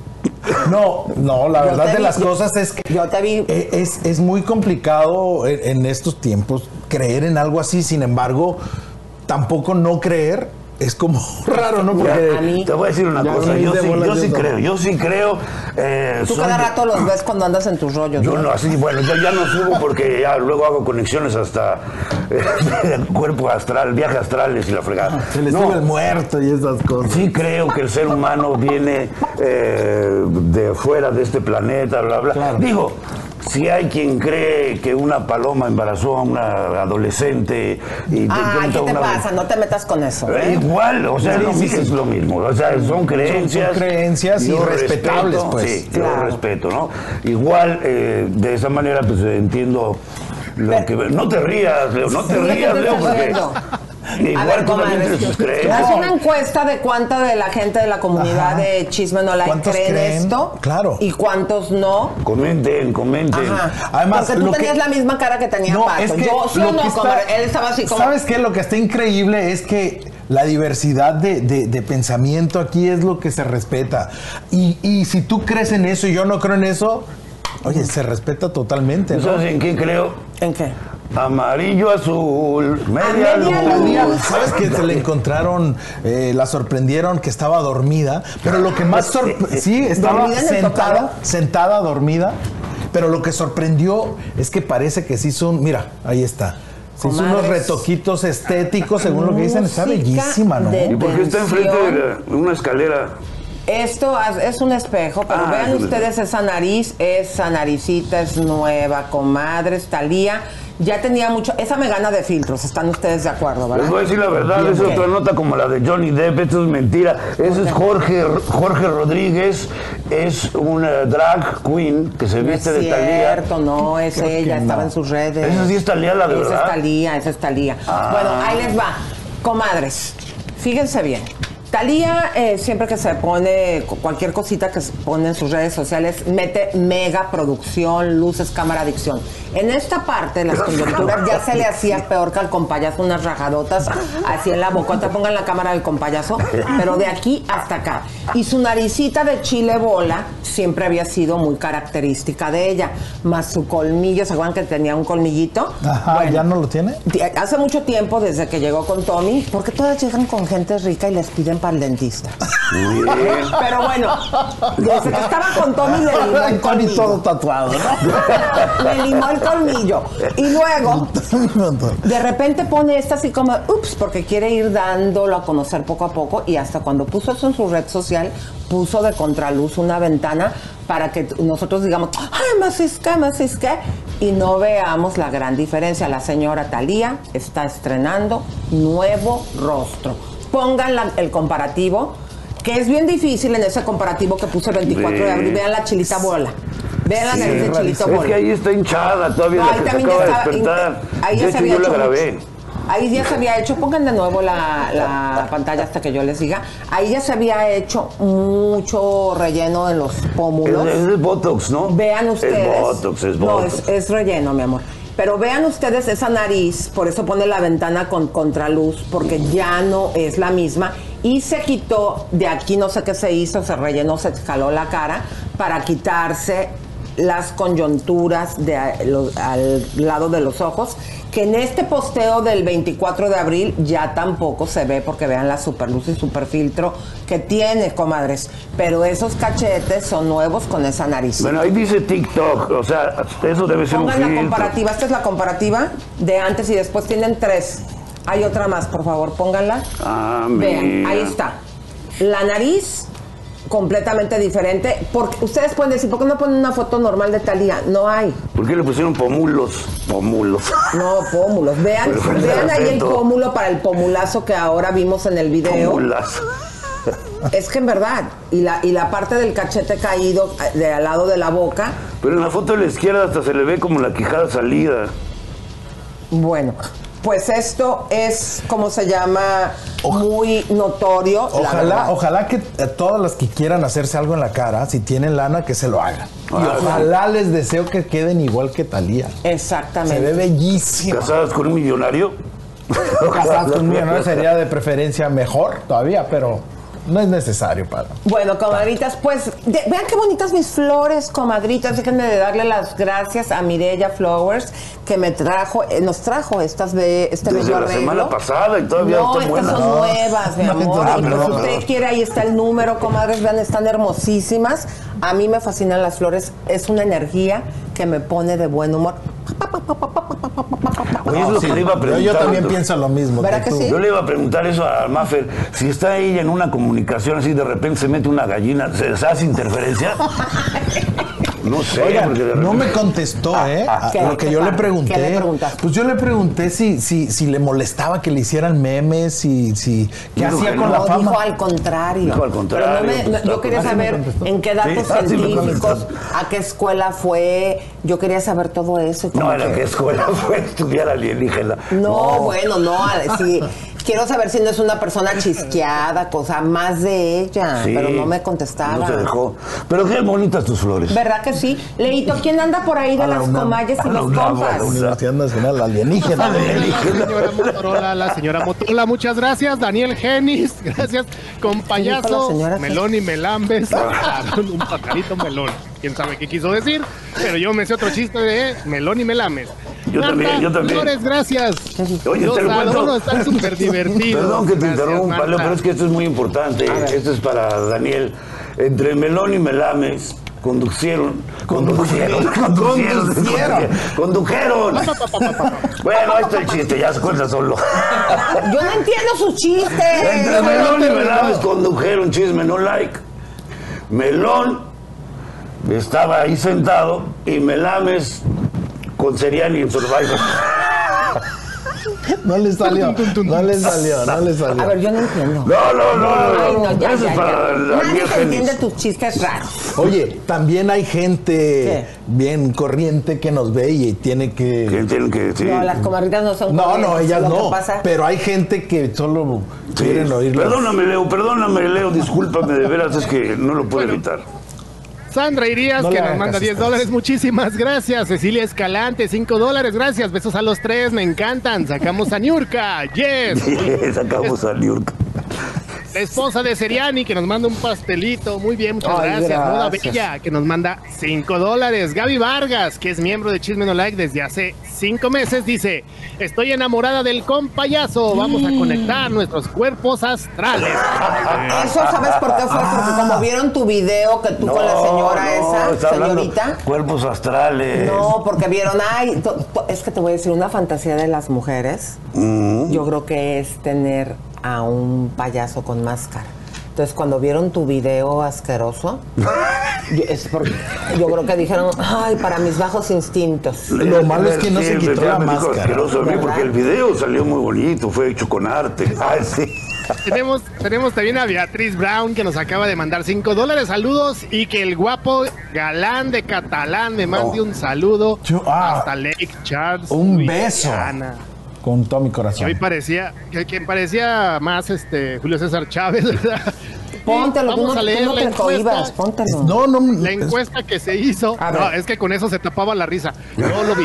No, no, la Yo verdad te de vi- las yo- cosas es que yo te vi. eh, es, es muy complicado en, en estos tiempos creer en algo así. Sin embargo, tampoco no creer es como raro, ¿no? Porque A mí- Te voy a decir una Ya cosa, me yo hice sí, bolas yo de sí eso. creo, yo sí creo. eh, Tú soy cada de- rato los ves cuando andas en tus rollos. Yo no, así, bueno, yo ya no subo porque ya luego hago conexiones hasta eh, cuerpo astral, viajes astrales y la fregada. se le No, sube el muerto y esas cosas. sí creo que el ser humano viene eh, de fuera de este planeta, bla, bla. Claro. Digo, si hay quien cree que una paloma embarazó a una adolescente y te Ay, cuenta ¿qué te una... pasa? No te metas con eso. Eh, ¿eh? Igual, o sea, Sí, no, sí, sí, es sí. lo mismo. O sea, son creencias. son creencias y yo respetables, respeto, pues. Sí, Claro. yo respeto, ¿no? Igual, eh, de esa manera, pues entiendo lo que. No te rías, Leo, no te Sí, rías, te Leo, estoy porque. riendo. A Igual ver, tú también comadre, tienes tus haz creencias. una encuesta de cuánta de la gente de la comunidad Ajá. de Chisme No Like ¿Cuántos creen, creen? esto Claro. y cuántos no. Comenten, comenten. Ajá. Además, porque tú lo tenías que- la misma cara que tenía No, Pato. es que Yo sí lo o no, que está- comadre. Él estaba así como. ¿Sabes qué? Lo que está increíble es que la diversidad de, de- de pensamiento aquí es lo que se respeta. Y, y si tú crees en eso y yo no creo en eso, oye, se respeta totalmente, ¿no? ¿Sabes en qué creo? ¿En qué? Amarillo, azul, media, media luz. luz. Talía, ¿sabes que se le encontraron, eh, la sorprendieron que estaba dormida? Pero lo que más sorprendió, sí, estaba ¿Dormida en el sentada, tocado? sentada, dormida. Pero lo que sorprendió es que parece que se hizo un, mira, ahí está. Se hizo unos Comadres. retoquitos estéticos, según lo que dicen, está Música bellísima, ¿no? de- ¿Y por qué está enfrente de la- una escalera? Esto as- es un espejo, pero Ah, vean es un ustedes esa nariz, esa naricita es nueva, comadres, Talía. Ya tenía mucho, esa me gana de filtros, ¿están ustedes de acuerdo, Les verdad? voy a decir la verdad, Bien, es ¿qué? otra nota como la de Johnny Depp, esto es mentira. Ese es Jorge, Jorge Rodríguez, es una drag queen que se No es viste de Talía. cierto, no, es Creo ella, que estaba no. en sus redes. Esa sí es Talía, la de Esa verdad. es Talía, esa es Talía. Ah. Bueno, ahí les va. Comadres, fíjense bien. Talía eh, siempre que se pone cu- cualquier cosita que se pone en sus redes sociales, mete mega producción, luces, cámara, adicción. En esta parte, las coyunturas ya se le hacía peor que al compayazo, unas rajadotas así en la bocota. Pongan la cámara del compayazo, pero de aquí hasta acá. Y su naricita de chile bola siempre había sido muy característica de ella, más su colmillo, ¿se acuerdan que tenía un colmillito? Ajá, Bueno, ¿ya no lo tiene? Hace mucho tiempo, desde que llegó con Tommy, porque todas llegan con gente rica y les piden bien para el dentista. Muy bien. Pero bueno, desde que estaba con Tommy le limó el colmillo. todo tatuado, ¿no? Le limó el colmillo. Y luego, de repente pone esta así como, ups, porque quiere ir dándolo a conocer poco a poco. Y hasta cuando puso eso en su red social, puso de contraluz una ventana para que nosotros digamos, ay, más es que, más es que, y no veamos la gran diferencia. La señora Thalía está estrenando nuevo rostro. Pongan la, el comparativo, que es bien difícil en ese comparativo que puse el veinticuatro de abril. Vean la chilita bola. Vean la nariz de Chilito Bola. Es que ahí está hinchada todavía, No, la ahí que se también acaba ya de estaba- despertar. ahí ya De se hecho, había yo la hecho grabé. mucho. Ahí ya se había hecho, pongan de nuevo la, la pantalla hasta que yo les diga. Ahí ya se había hecho mucho relleno en los pómulos. Es, es Botox, ¿no? Vean ustedes. Es Botox, es No, Botox. es, es relleno, mi amor. Pero vean ustedes esa nariz, por eso pone la ventana con contraluz, porque ya no es la misma. Y se quitó, de aquí no sé qué se hizo, se rellenó, se escaló la cara para quitarse las coyunturas de, a- los- al lado de los ojos, que en este posteo del veinticuatro de abril ya tampoco se ve, porque vean la superluz y superfiltro que tiene, comadres. Pero esos cachetes son nuevos con esa nariz. Bueno, ahí dice TikTok, o sea, eso debe ser un Pongan la filtro. comparativa, esta es la comparativa de antes y después, tienen tres. Hay otra más, por favor, pónganla. Ah, Vean, mira. ahí está. La nariz completamente diferente. Porque ustedes pueden decir, ¿por qué no ponen una foto normal de Thalía? No hay. ¿Por qué le pusieron pómulos? Pómulos. No, pómulos. Vean, Pero fue el vean ahí el acento. pómulo para el pomulazo que ahora vimos en el video. Pómulas. Es que en verdad, y la, y la parte del cachete caído eh, de al lado de la boca, Pero en la foto de la izquierda hasta se le ve como la quijada salida. bueno, pues esto es, ¿cómo se llama? Muy notorio. la Ojalá, verdad. ojalá que eh, todas las que quieran hacerse algo en la cara, si tienen lana, que se lo hagan. Y Ah, ojalá les deseo que queden igual que Thalía. Exactamente. Se ve bellísima. ¿Casadas con un millonario? Casadas con un millonario sería de preferencia mejor todavía, pero no es necesario para. Bueno, comadritas, pues de- vean qué bonitas mis flores, comadritas. Déjenme de darle las gracias a Mireya Flowers, que me trajo, eh, nos trajo estas de este Desde bello la arreglo. semana pasada y todavía no, están estas buenas. son No. nuevas, mi No, amor. entonces, Y pues, perdón, si usted perdón. quiere, ahí está el número, comadres. Vean, están hermosísimas. A mí me fascinan las flores. Es una energía que me pone de buen humor. Oye, es lo Sí, que le iba a yo, preguntar. yo también doctor. pienso lo mismo. ¿Verdad que tú. sí? Yo le iba a preguntar eso a Maffer. Si está ella en una comunicación así, de repente se mete una gallina, ¿se se hace interferencia? No sé. Oigan, porque de no repente- me contestó, ¿eh? A ¿qué? lo que ¿Qué yo le pasa? pregunté. ¿Qué le preguntaste? Pues yo le pregunté si, si, si le molestaba que le hicieran memes, si, si qué Dijo hacía que con no, la No, fama. dijo al contrario. Dijo al contrario, Pero no me- no- pues, yo quería ah, sí me saber contestó. en qué datos Sí, ah, sí me científicos, contestó. a qué escuela fue. Yo quería saber todo eso. y como No, ¿a la que- qué escuela fue a estudiar alienígena? No, bueno, no. a- sí, quiero saber si no es una persona chisqueada, cosa más de ella. Sí, pero no me contestaba. No se dejó. Pero qué bonitas tus flores. ¿Verdad que sí? Leito, ¿quién anda por ahí de A la las UNAM. comalles y A la los UNAM, a la compas? La Universidad Nacional Alienígena. La señora Motorola, la señora Motorola, muchas gracias. Daniel Genis, gracias. Con la payaso, señora? melón y melambes. Claro, un pajarito melón. Quién sabe qué quiso decir, pero yo me sé otro chiste de melón y melames. Yo también, yo también. Flores, gracias. Oye, Los te lo cuento. adornos están súper divertidos. Perdón que te Gracias, interrumpa, Marta. Leo, pero es que esto es muy importante. Esto es para Daniel. Entre Melón y Melames conducieron. Conducieron. Conducieron. Condujeron. Bueno, ahí está el chiste, ya se cuenta solo. Yo no entiendo sus chistes. Entre Melón y Melames condujeron, chisme, no like. Melón estaba ahí sentado y Melames con Seriani en Survivor. No le salió, no le salió, no le salió. A ver, yo no entiendo. No, no, no, Ay, no. no, ya, Eso ya, es para ya. Daniel Nadie te Genis. entiende tus chistes raros. Oye, también hay gente ¿Qué? bien corriente que nos ve y tiene Que que... tienen que sí. No, las comadritas no son No, corrientes, no, ellas lo que no. pasa- Pero hay gente que solo Sí. quieren oírlo. Perdóname, Leo, perdóname, Leo, discúlpame, de veras, es que no lo puedo Bueno. evitar. Sandra Irías, No le que nos hagan manda caso a diez ustedes. dólares, muchísimas gracias. Cecilia Escalante, cinco dólares, gracias. Besos a los tres, me encantan. Sacamos a Niurka, yes. Sacamos a New York. La esposa de Seriani, que nos manda un pastelito. Muy bien, muchas Ay, gracias. gracias. Moda Bella, que nos manda cinco dólares. Gaby Vargas, que es miembro de Chisme No Like desde hace cinco meses, dice: estoy enamorada del compayazo. Vamos a conectar nuestros cuerpos astrales. Eso, ¿sabes por qué fue? Porque como vieron tu video que tú No, con la señora no, esa, está hablando señorita. cuerpos astrales. No, porque vieron, ay, to- to- es que te voy a decir, una fantasía de las mujeres, Mm. yo creo que es tener a un payaso con máscara. Entonces, cuando vieron tu video asqueroso, yo, es porque, yo creo que dijeron, ay, para mis bajos instintos. Lo malo es que no Sí, se quitó la me dijo máscara. asqueroso a mí, ¿Verdad? porque el video salió muy bonito, fue hecho con arte. Ay, sí. Tenemos, tenemos también a Beatriz Brown, que nos acaba de mandar cinco dólares. Saludos, y que el guapo galán de Catalán me mande Oh. un saludo Yo- ah. hasta Lake Charles. Un beso. Louisiana. Con todo mi Que corazón. hoy parecía, que, que parecía más este Julio César Chávez, ¿verdad? Póntelo, tú Vamos no, a leer tú no la te encuesta. cohibas, póntelo. No, no. La encuesta que se hizo, A no, ver. es que con eso se tapaba la risa. No lo vi.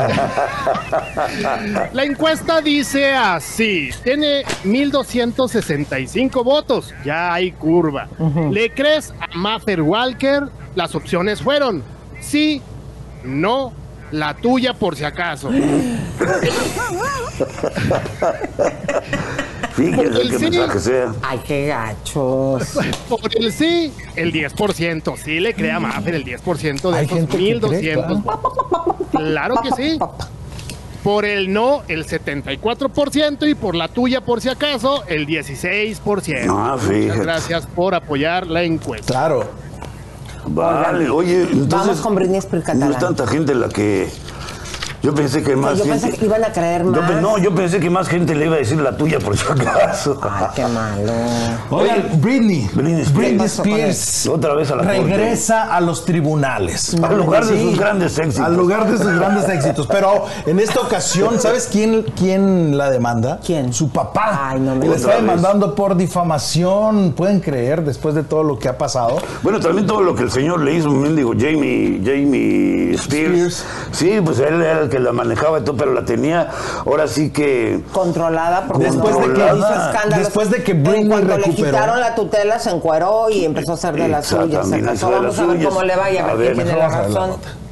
La encuesta dice así: tiene mil doscientos sesenta y cinco votos. Ya hay curva. ¿Le crees a Maffer Walker? Las opciones fueron sí, no, la tuya por si acaso. Fíjense El qué sí. mensaje sea. Ay, qué gachos. Por el sí, el diez por ciento. Sí le cree a Maffer el diez por ciento de Hay esos gente que mil cree, doscientos votos. Claro que sí. Por el no, el setenta y cuatro por ciento, y por la tuya, por si acaso, el dieciséis por ciento. Ah, Muchas fíjate. gracias por apoyar la encuesta. Claro. Vale, oye, entonces. Vamos con Britney Spears No catalán. es tanta gente la que. Yo pensé que más Yo gente. pensé que iban a creer Yo más. pe- no, yo pensé que más gente le iba a decir la tuya por si acaso. Ay, qué malo. Oigan, Britney. Britney Spears. Britney pasó con él? Spears Otra vez a la corte. regresa a los tribunales. Al lugar de Sí, sus grandes éxitos. Al lugar de sus grandes éxitos. Pero en esta ocasión, ¿sabes quién, quién la demanda? ¿Quién? Su papá. Ay, no me Y le Otra está vez. demandando por difamación. ¿Pueden creer después de todo lo que ha pasado? Bueno, también todo lo que el señor le hizo, un mendigo Jamie, Jamie Spears. Spears. Sí, pues él era el que la manejaba y todo, pero la tenía ahora sí que. Controlada porque Después no de que- hizo escándalos. después de que Britney En cuanto le recuperó. quitaron la tutela, se encueró y empezó a hacer de las suyas. Se Exactamente, casó. hizo de Vamos las a ver suyas. cómo le va y a A ver ver, quién tiene mejor la vamos a ver la razón. nota.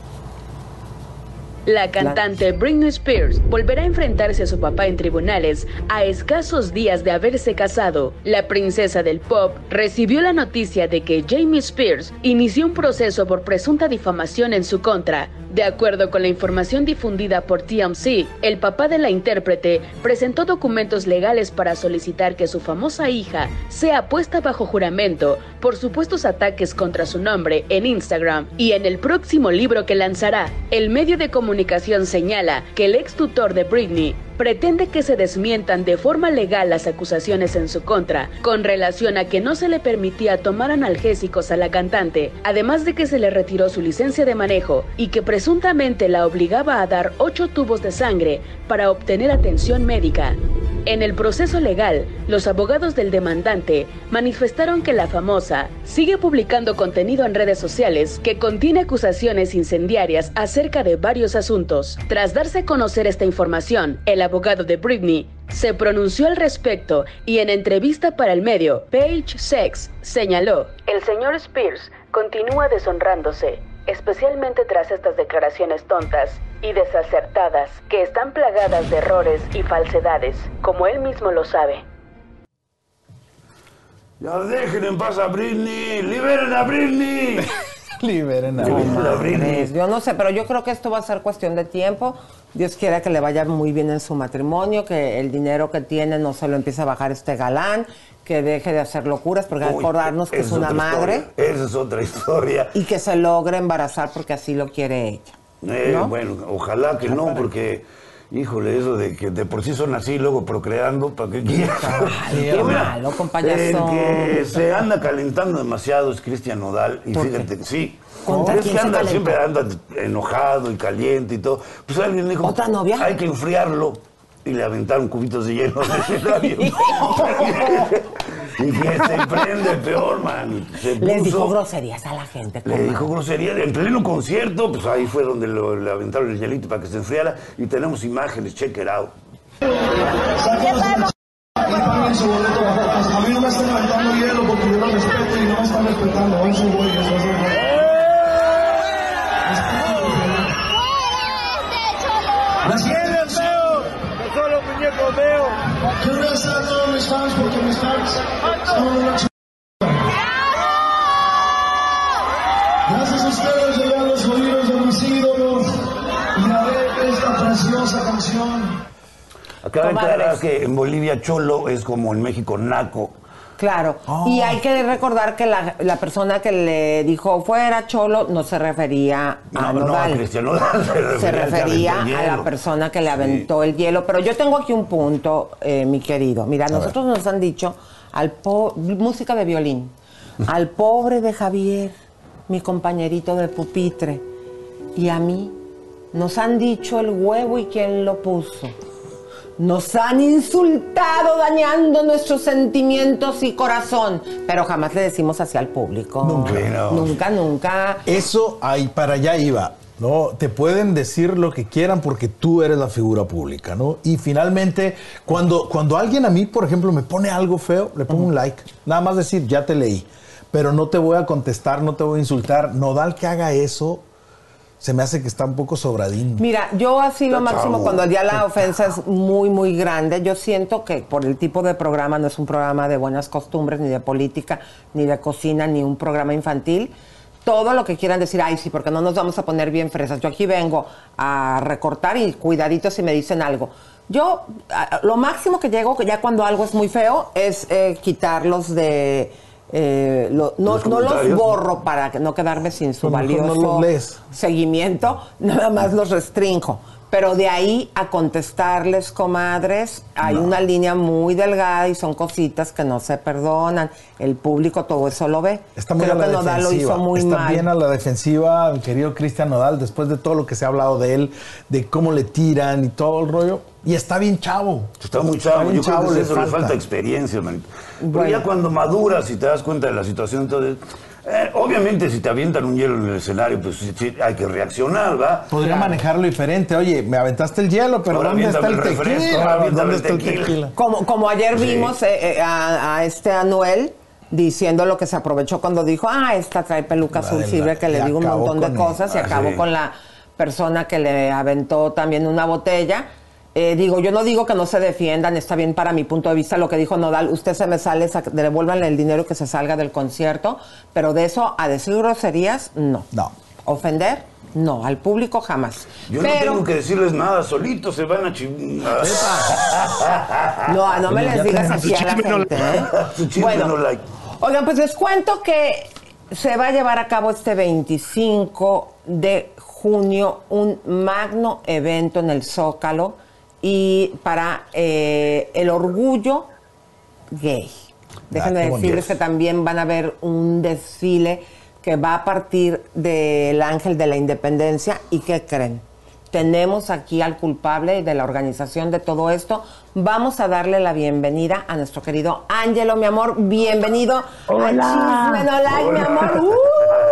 La cantante Britney Spears volverá a enfrentarse a su papá en tribunales a escasos días de haberse casado. La princesa del pop recibió la noticia de que Jamie Spears inició un proceso por presunta difamación en su contra. De acuerdo con la información difundida por T M Z, el papá de la intérprete presentó documentos legales para solicitar que su famosa hija sea puesta bajo juramento por supuestos ataques contra su nombre en Instagram y en el próximo libro que lanzará. El medio de comunicación señala que el ex tutor de Britney pretende que se desmientan de forma legal las acusaciones en su contra, con relación a que no se le permitía tomar analgésicos a la cantante, además de que se le retiró su licencia de manejo y que presuntamente la obligaba a dar ocho tubos de sangre para obtener atención médica. En el proceso legal, los abogados del demandante manifestaron que la famosa sigue publicando contenido en redes sociales que contiene acusaciones incendiarias acerca de varios asuntos. Tras darse a conocer esta información, el abogado de Britney se pronunció al respecto y en entrevista para el medio Page Six señaló: el señor Spears continúa deshonrándose, especialmente tras estas declaraciones tontas y desacertadas que están plagadas de errores y falsedades, como él mismo lo sabe. Ya dejen en paz a Britney, liberen a Britney. Liberen a Liberen Britney. a Britney. Pues, yo no sé, pero yo creo que esto va a ser cuestión de tiempo. Dios quiera que le vaya muy bien en su matrimonio, que el dinero que tiene no se lo empiece a bajar este galán, que deje de hacer locuras, porque hay que Uy, acordarnos que esa es una otra madre historia, Esa es otra historia. y que se logre embarazar porque así lo quiere ella. Eh, ¿no? Bueno, ojalá que no, porque, híjole, eso de que de por sí son así, luego procreando, ¿para qué quieres? Ay, qué malo, con payaso. El que se anda calentando demasiado es Cristian Nodal, y ¿Por fíjate qué? que sí. ¿Contra Es quién que se anda, calentó? siempre anda enojado y caliente y todo. Pues alguien dijo, ¿Otra novia? hay que enfriarlo. Y le aventaron cubitos de hielo en el escenario. Y que se prende peor, man. Se Les puso- dijo groserías a la gente. le comadre. dijo grosería en pleno concierto, pues ahí fue donde lo- le aventaron el hielito para que se enfriara y tenemos imágenes, check it out. Y paguen su boleto, a mí no me están aventando hielo porque yo lo respeto y no me están respetando. Eso voy, eso es voy. Gracias, feo. No solo muñeco veo. Quiero agradecer a todos mis fans porque mis fans son una ch... Gracias a ustedes llegué a los oídos de mis ídolos y grabé esta preciosa canción. Acaba de aclarar que en Bolivia cholo es como en México naco. Claro, oh. Y hay que recordar que la, la persona que le dijo fuera cholo no se refería a no, Nodal. No, a Cristian Nodal se refería, se refería a la persona que le aventó sí. el hielo. Pero yo tengo aquí un punto, eh, mi querido. Mira, a nosotros ver. nos han dicho, al po música de violín, al pobre de Javier, mi compañerito de pupitre, y a mí nos han dicho el huevo y quién lo puso. Nos han insultado dañando nuestros sentimientos y corazón, pero jamás le decimos así al público. Nunca, no. nunca, nunca. Eso ahí para allá iba, ¿no? Te pueden decir lo que quieran porque tú eres la figura pública, ¿no? Y finalmente, cuando, cuando alguien a mí, por ejemplo, me pone algo feo, le pongo uh-huh. un like. Nada más decir, ya te leí. Pero no te voy a contestar, no te voy a insultar. Nodal que haga eso, se me hace que está un poco sobradín. Mira, yo así lo máximo chavo. Cuando ya la ofensa es muy, muy grande, yo siento que por el tipo de programa, no es un programa de buenas costumbres, ni de política, ni de cocina, ni un programa infantil. Todo lo que quieran decir, ay, sí, porque no nos vamos a poner bien fresas. Yo aquí vengo a recortar y cuidadito si me dicen algo. Yo, lo máximo que llego, ya cuando algo es muy feo, es eh, quitarlos de... Eh, lo, no, ¿Los no los borro para no quedarme sin su valioso no los seguimiento, nada más los restringo. Pero de ahí a contestarles, comadres, hay no. una línea muy delgada y son cositas que no se perdonan. El público todo eso lo ve. Está muy Creo a la que defensiva. Nodal lo hizo muy Está mal. bien a la defensiva, mi querido Cristian Nodal, después de todo lo que se ha hablado de él, de cómo le tiran y todo el rollo. Y está bien chavo. Está muy chavo. Está Yo chavo, creo que le eso falta. le falta experiencia, man. Pero bueno. ya cuando maduras y te das cuenta de la situación, entonces... Eh, obviamente, si te avientan un hielo en el escenario, pues sí, sí, hay que reaccionar, ¿va? Podría claro. manejarlo diferente. Oye, me aventaste el hielo, pero ahora ¿dónde está el, el tequila? ¿Dónde está el tequila? Como, como ayer sí. vimos eh, eh, a, a este Anuel diciendo lo que se aprovechó cuando dijo, ah, esta trae peluca azul silver, que le digo un montón de cosas, y ah, acabó sí. con la persona que le aventó también una botella. Eh, digo, yo no digo que no se defiendan, está bien para mi punto de vista lo que dijo Nodal, usted se me sale, devuélvanle el dinero que se salga del concierto, pero de eso a decir groserías, no. No. Ofender, no, al público jamás. Yo pero, no tengo que decirles nada, solitos se van a chingar. No, no me les digas así a la gente, ¿eh? Bueno, no like. Oigan, pues les cuento que se va a llevar a cabo este veinticinco de junio un magno evento en el Zócalo y para eh, el orgullo gay. Déjenme ah, decirles que también van a ver un desfile que va a partir del Ángel de la Independencia. ¿Y qué creen? Tenemos aquí al culpable de la organización de todo esto. Vamos a darle la bienvenida a nuestro querido Ángelo, mi amor. Bienvenido hola. a Chisme No Like, mi amor. ¡Uh!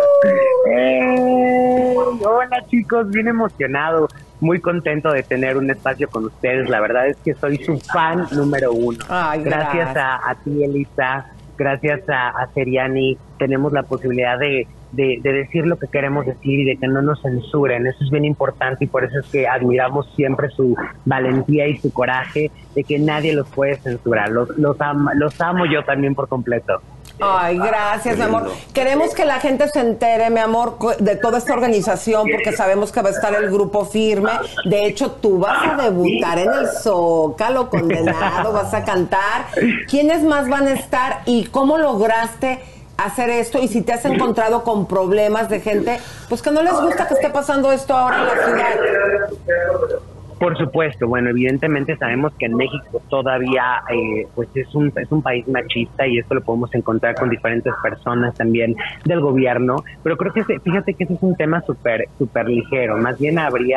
¡Eh! Hola, chicos, bien emocionado. Muy contento de tener un espacio con ustedes. La verdad es que soy su fan número uno. Ay, gracias gracias a, a ti, Elisa. Gracias a, a Seriani. Tenemos la posibilidad de, de, de decir lo que queremos decir y de que no nos censuren. Eso es bien importante y por eso es que admiramos siempre su valentía y su coraje de que nadie los puede censurar. Los, los, am, los amo yo también por completo. Ay, gracias, mi amor. Queremos que la gente se entere, mi amor, de toda esta organización, porque sabemos que va a estar el grupo firme. De hecho, tú vas a debutar en el Zócalo, condenado, vas a cantar. ¿Quiénes más van a estar y cómo lograste hacer esto? Y si te has encontrado con problemas de gente, pues que no les gusta que esté pasando esto ahora en la ciudad. Por supuesto, bueno, evidentemente sabemos que en México todavía eh, pues es un es un país machista y esto lo podemos encontrar con diferentes personas también del gobierno, pero creo que ese, fíjate que ese es un tema súper súper ligero, más bien habría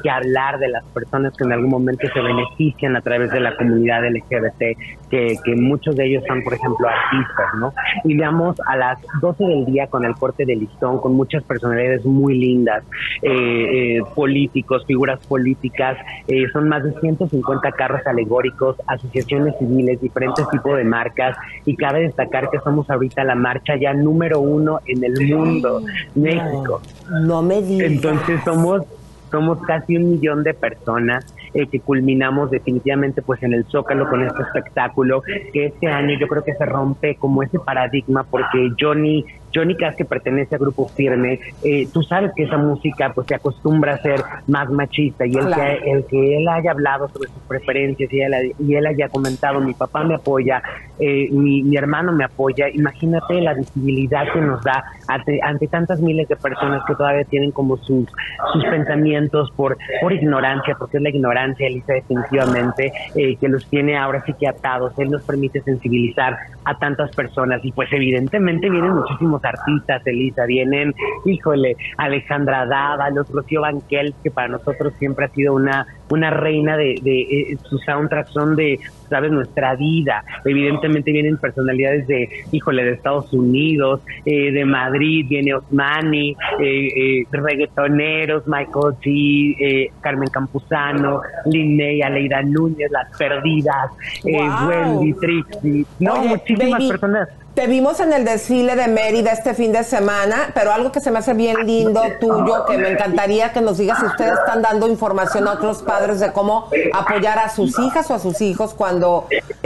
que hablar de las personas que en algún momento se benefician a través de la comunidad L G B T, que, que muchos de ellos son, por ejemplo, artistas, ¿no? Y veamos a las doce del día con el corte de listón, con muchas personalidades muy lindas, eh, eh, políticos, figuras políticas, eh, son más de ciento cincuenta carros alegóricos, asociaciones civiles, diferentes tipos de marcas, y cabe destacar que somos ahorita la marcha ya número uno en el mundo, México. No, no me digas. Entonces somos, somos casi un millón de personas eh, que culminamos definitivamente pues en el Zócalo con este espectáculo, que este año yo creo que se rompe como ese paradigma, porque Johnny Johnny Cass, que pertenece a Grupo Firme, eh, tú sabes que esa música pues se acostumbra a ser más machista, y el, claro. que, el que él haya hablado sobre sus preferencias y él, y él haya comentado, mi papá me apoya, eh, mi, mi hermano me apoya, imagínate la visibilidad que nos da ante, ante tantas miles de personas que todavía tienen como sus, sus pensamientos por, por ignorancia, porque es la ignorancia, Elisa, definitivamente, eh, que los tiene ahora sí que atados. Él nos permite sensibilizar a tantas personas, y pues evidentemente vienen muchísimos artistas, Elisa, vienen, híjole, Alejandra Dávalos, Rocío Banquels, que para nosotros siempre ha sido una una reina de, de eh, sus soundtracks son de, sabes, nuestra vida. Evidentemente vienen personalidades de, híjole, de Estados Unidos, eh, de Madrid, viene Osmani, eh, eh, reggaetoneros, Michael G, eh, Carmen Campuzano, Linnea, Aleida Núñez, Las Perdidas, eh, wow. Wendy, Trixie, no, Oye, muchísimas baby. personas. Te vimos en el desfile de Mérida este fin de semana, pero algo que se me hace bien lindo tuyo, que me encantaría que nos digas si ustedes están dando información a otros padres de cómo apoyar a sus hijas o a sus hijos cuando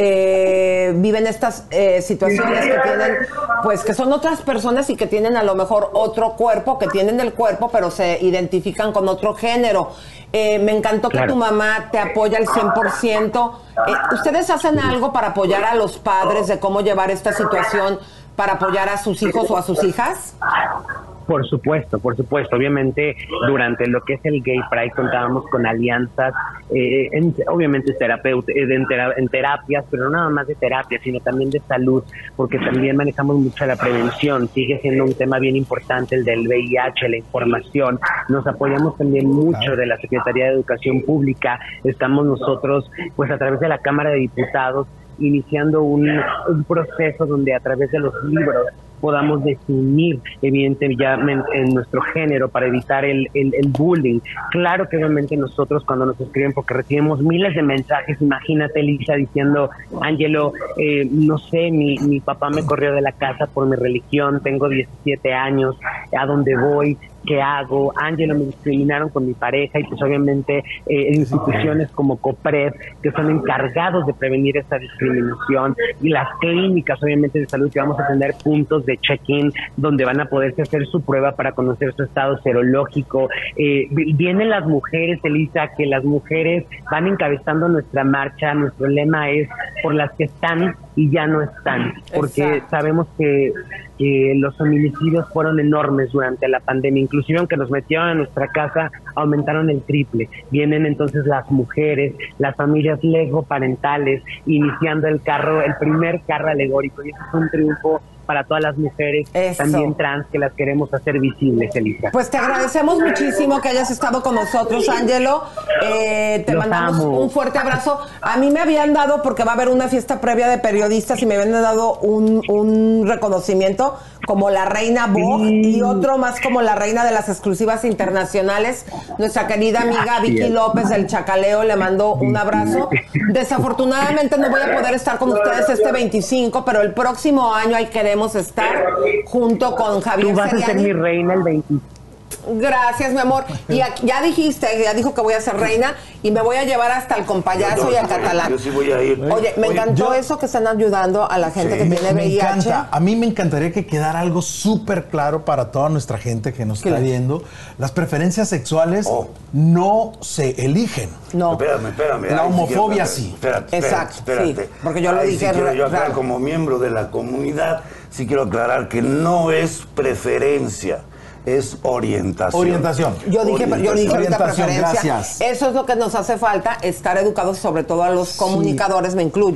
eh, viven estas eh, situaciones que tienen, pues que son otras personas y que tienen a lo mejor otro cuerpo, que tienen el cuerpo, pero se identifican con otro género. Eh, me encantó claro. que tu mamá te apoya al cien por ciento. Eh, ¿Ustedes hacen algo para apoyar a los padres de cómo llevar esta situación para apoyar a sus hijos o a sus hijas? Por supuesto, por supuesto. Obviamente, durante lo que es el Gay Pride contábamos con alianzas, eh, en, obviamente terapeut, en, tera, en terapias, pero no nada más de terapia, sino también de salud, porque también manejamos mucho la prevención. Sigue siendo un tema bien importante el del V I H, la información. Nos apoyamos también mucho de la Secretaría de Educación Pública. Estamos nosotros, pues a través de la Cámara de Diputados, iniciando un, un proceso donde a través de los libros podamos definir evidentemente en nuestro género para evitar el, el, el bullying. Claro que obviamente nosotros cuando nos escriben, porque recibimos miles de mensajes, imagínate Elisa diciendo, Ángelo, eh, no sé, mi, mi papá me corrió de la casa por mi religión, tengo diecisiete años, ¿a dónde voy? ¿Qué hago? Ángelo, me discriminaron con mi pareja, y pues obviamente eh, instituciones como COPRED, que son encargados de prevenir esta discriminación, y las clínicas obviamente de salud, que vamos a tener puntos de check-in donde van a poderse hacer su prueba para conocer su estado serológico. Eh, vienen las mujeres, Elisa, que las mujeres van encabezando nuestra marcha. Nuestro lema es por las que están y ya no están, porque Exacto. sabemos que, que los feminicidios fueron enormes durante la pandemia, inclusive aunque nos metieron a nuestra casa, aumentaron el triple. Vienen entonces las mujeres, las familias legoparentales, iniciando el carro, el primer carro alegórico, y eso es un triunfo para todas las mujeres, Eso. también trans, que las queremos hacer visibles, Elisa. Pues te agradecemos muchísimo que hayas estado con nosotros, Ángelo. Eh, te Los mandamos amo. un fuerte abrazo. A mí me habían dado, porque va a haber una fiesta previa de periodistas, y me habían dado un, un reconocimiento como la reina Vogue, sí. y otro más como la reina de las exclusivas internacionales. Nuestra querida amiga Vicky López del Chacaleo le mandó un abrazo. Desafortunadamente no voy a poder estar con ustedes este veinticinco, pero el próximo año ahí queremos estar junto con Javier Tú vas Seriani. a ser mi reina el veinticinco. Gracias, mi amor. Y aquí, ya dijiste, ya dijo que voy a ser reina, y me voy a llevar hasta el compayazo no, no, y al catalán. Yo sí voy a ir. Oye, me Oye, encantó yo, eso que están ayudando a la gente sí, que tiene me V I H. Encanta. A mí me encantaría que quedara algo súper claro para toda nuestra gente que nos está viendo. Las preferencias sexuales oh. no se eligen. No. Espérame, espérame. La Ay, homofobia sí. sí. Espérate, Exacto, espérate, espérate. Sí, porque yo lo Ay, dije. Sí quiero yo aclarar, claro. como miembro de la comunidad, sí quiero aclarar que no es preferencia. Es orientación. Orientación. Yo dije, orientación. yo dije ahorita preferencia. Gracias. Eso es lo que nos hace falta, estar educados, sobre todo a los comunicadores, sí. me incluyo,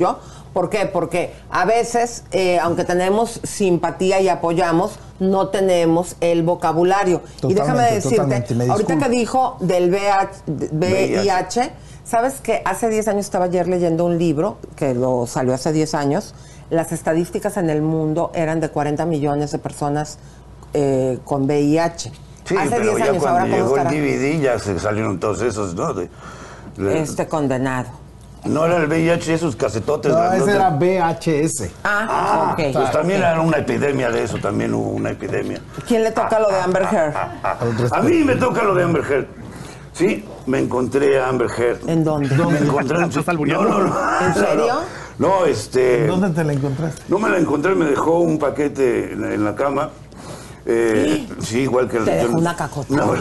¿Por qué? Porque a veces, eh, aunque tenemos simpatía y apoyamos, no tenemos el vocabulario. Totalmente, y déjame decirte, ahorita que dijo del V I H, ¿sabes que hace diez años estaba ayer leyendo un libro, que lo salió hace diez años, las estadísticas en el mundo eran de cuarenta millones de personas eh, con V I H. Sí, hace pero diez ya años, cuando ahora llegó ¿cómo el D V D ya se salieron todos esos, ¿no? De, de, este condenado. No era el V I H, esos casetotes. No, grandotes. ese era V H S. Ah, ah ok. Pues también okay. era una epidemia de eso, también hubo una epidemia. ¿Quién le toca lo de Amber Heard? A mí me toca lo de Amber Heard. Sí, me encontré a Amber Heard. ¿En dónde? Me encontré en... No, no, no. ¿En serio? No, no, este... ¿Dónde te la encontraste? No me la encontré, me dejó un paquete en, en la cama. Eh, ¿Sí? sí, igual que el... Te dejó yo, una cacota. No, no.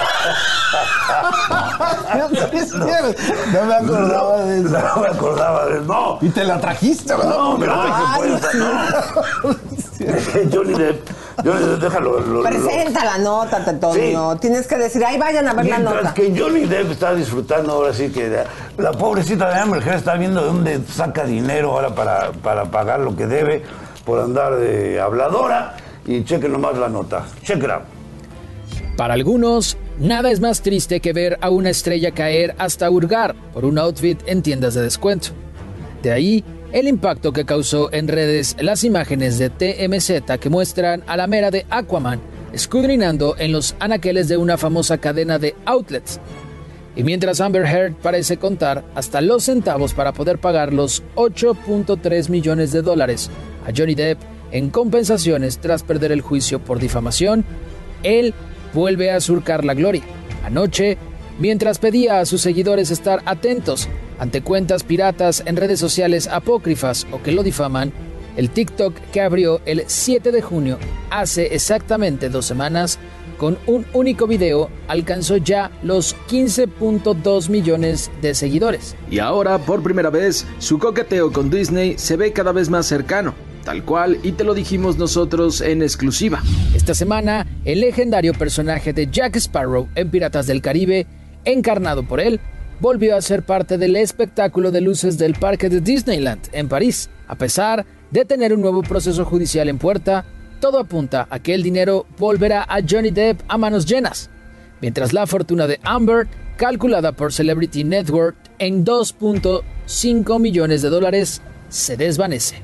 No me acordaba de eso. No me acordaba de eso. No. Y te la trajiste, ¿verdad? No, me la traje puesta. No. Johnny Depp. Johnny Depp, déjalo. Lo, Presenta lo... la nota, Antonio. Sí. Tienes que decir, ahí vayan a ver Mientras la nota. que Johnny Depp está disfrutando ahora sí que la, la pobrecita de Amber Heard está viendo de dónde saca dinero ahora para, para pagar lo que debe por andar de habladora. Y chequen nomás la nota. Check it out. Para algunos, nada es más triste que ver a una estrella caer hasta hurgar por un outfit en tiendas de descuento. De ahí, el impacto que causó en redes las imágenes de T M Z que muestran a la mera de Aquaman escudriñando en los anaqueles de una famosa cadena de outlets. Y mientras Amber Heard parece contar hasta los centavos para poder pagar los ocho punto tres millones de dólares a Johnny Depp en compensaciones tras perder el juicio por difamación, él vuelve a surcar la gloria. Anoche, mientras pedía a sus seguidores estar atentos ante cuentas piratas en redes sociales apócrifas o que lo difaman, el TikTok que abrió el siete de junio, hace exactamente dos semanas, con un único video, alcanzó ya los quince punto dos millones de seguidores. Y ahora, por primera vez, su coqueteo con Disney se ve cada vez más cercano. Tal cual, y te lo dijimos nosotros en exclusiva. Esta semana, el legendario personaje de Jack Sparrow en Piratas del Caribe, encarnado por él, volvió a ser parte del espectáculo de luces del parque de Disneyland en París. A pesar de tener un nuevo proceso judicial en puerta, todo apunta a que el dinero volverá a Johnny Depp a manos llenas, mientras la fortuna de Amber, calculada por Celebrity Network en dos punto cinco millones de dólares, se desvanece.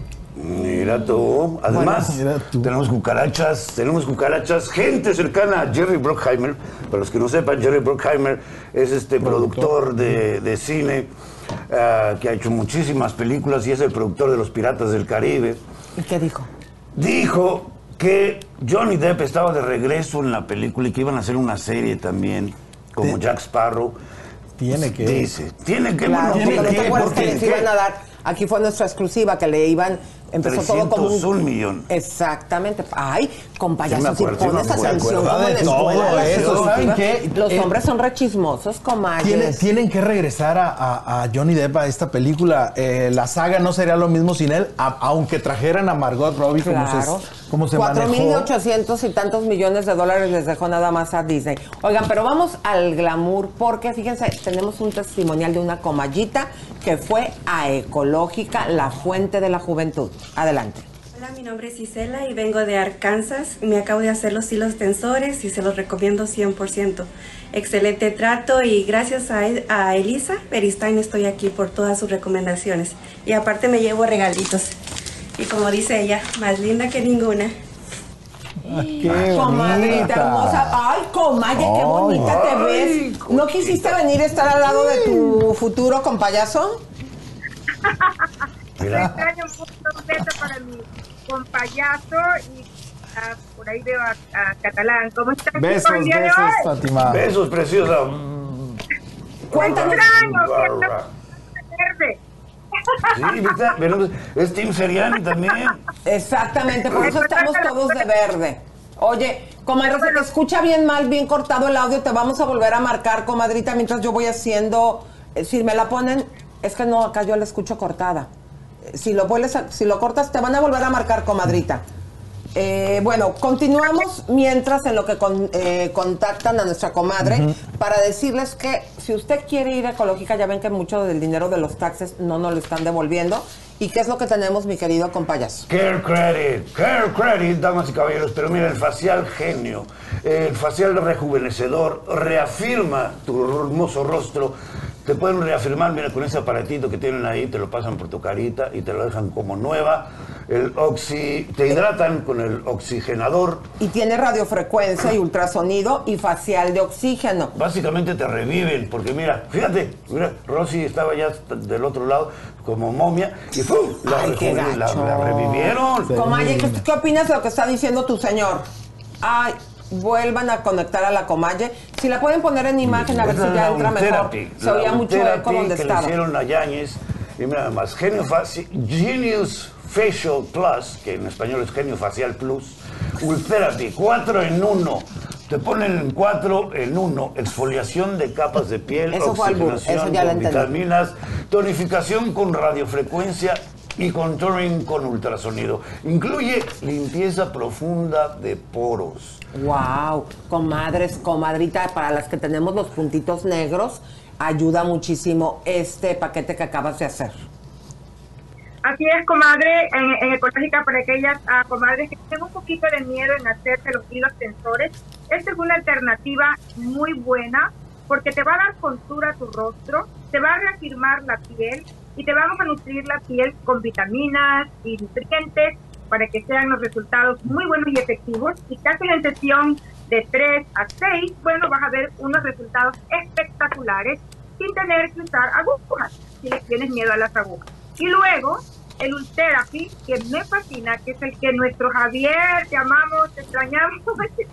Mira tú, además bueno, mira tú. tenemos cucarachas, tenemos cucarachas, gente cercana a Jerry Bruckheimer. Para los que no sepan, Jerry Bruckheimer es este productor, productor de, de cine uh, que ha hecho muchísimas películas y es el productor de Los Piratas del Caribe. ¿Y qué dijo? Dijo que Johnny Depp estaba de regreso en la película y que iban a hacer una serie también, como ¿T- Jack Sparrow. Tiene que. Dice, tiene que. Claro, bueno, tiene que, ¿por que les iban a dar. Aquí fue nuestra exclusiva que le iban. Empezó todo como un, un millón. Exactamente. Ay, con payasos sí y pones atención como en todo eso. ¿Saben qué? Los eh, hombres son rechismosos, comadres. Tienen, tienen que regresar a, a, a Johnny Depp a esta película. Eh, la saga no sería lo mismo sin él, a, aunque trajeran a Margot Robbie como claro. se, como se Cuatro manejó. mil ochocientos y tantos millones de dólares les dejó nada más a Disney. Oigan, pero vamos al glamour porque, fíjense, tenemos un testimonial de una comallita que fue a Ecológica, la fuente de la juventud. Adelante. Hola, mi nombre es Isela y vengo de Arkansas. Me acabo de hacer los hilos tensores y se los recomiendo cien por ciento. Excelente trato y gracias a, a Elisa Beristain estoy aquí por todas sus recomendaciones. Y aparte me llevo regalitos. Y como dice ella, más linda que ninguna. Ah, qué comadrita hermosa. Ay, comadre, qué bonita ay, te ves. ¿No quisiste venir a estar al lado de tu futuro con payaso? Mira. Extraño mucho, un beso para mi con payaso y uh, por ahí veo a, a Catalán. ¿Cómo estás? Besos, besos, Fátima. Besos, preciosa. Cuéntanos. Verde. Sí, ¿viste? Es Team Seriani también. Exactamente, por eso estamos todos de verde. Oye, comadre, se te escucha bien mal, bien cortado el audio. Te vamos a volver a marcar, comadrita, mientras yo voy haciendo... Si me la ponen, es que no, acá yo la escucho cortada. Si lo vuelves a, si lo cortas, te van a volver a marcar, comadrita. Eh, bueno, continuamos mientras en lo que con, eh, contactan a nuestra comadre uh-huh. para decirles que si usted quiere ir a Ecológica, ya ven que mucho del dinero de los taxes no nos lo están devolviendo ¿Y qué es lo que tenemos, mi querido compayazo? Care Credit, Care Credit, damas y caballeros, pero mira, el facial genio, el facial rejuvenecedor, reafirma tu hermoso rostro. Te pueden reafirmar, mira, con ese aparatito que tienen ahí, te lo pasan por tu carita y te lo dejan como nueva. El oxi, te hidratan con el oxigenador. Y tiene radiofrecuencia y ultrasonido y facial de oxígeno. Básicamente te reviven, porque mira, fíjate, mira, Rosy estaba ya del otro lado como momia y ¡pum! La, Ay, qué la, gacho. la revivieron. Comaye, ¿qué, ¿qué opinas de lo que está diciendo tu señor? Ay, vuelvan a conectar a la Comaye. Si la pueden poner en imagen a ver si ya entra mejor. Se oía mucho eco donde que estaba. Le hicieron a Yáñez, y mira además, Genio Faci- Genius Facial Plus, que en español es Genio Facial Plus, Ultherapy, cuatro en uno. Te ponen en cuatro en uno, exfoliación de capas de piel, Eso fue albur, oxigenación eso ya lo con entendí. vitaminas, tonificación con radiofrecuencia y contouring con ultrasonido. Incluye limpieza profunda de poros. Wow, comadres, comadrita, para las que tenemos los puntitos negros, ayuda muchísimo este paquete que acabas de hacer. Así es, comadre, en, en ecológica para aquellas uh, comadres que tienen un poquito de miedo en hacerse los hilos tensores. Esta es una alternativa muy buena porque te va a dar contura a tu rostro, te va a reafirmar la piel y te vamos a nutrir la piel con vitaminas y nutrientes para que sean los resultados muy buenos y efectivos. Y casi en sesión de tres a seis, bueno, vas a ver unos resultados espectaculares sin tener que usar agujas, si les tienes miedo a las agujas. Y luego, el Ultherapy, que me fascina, que es el que nuestro Javier, te amamos, te extrañamos,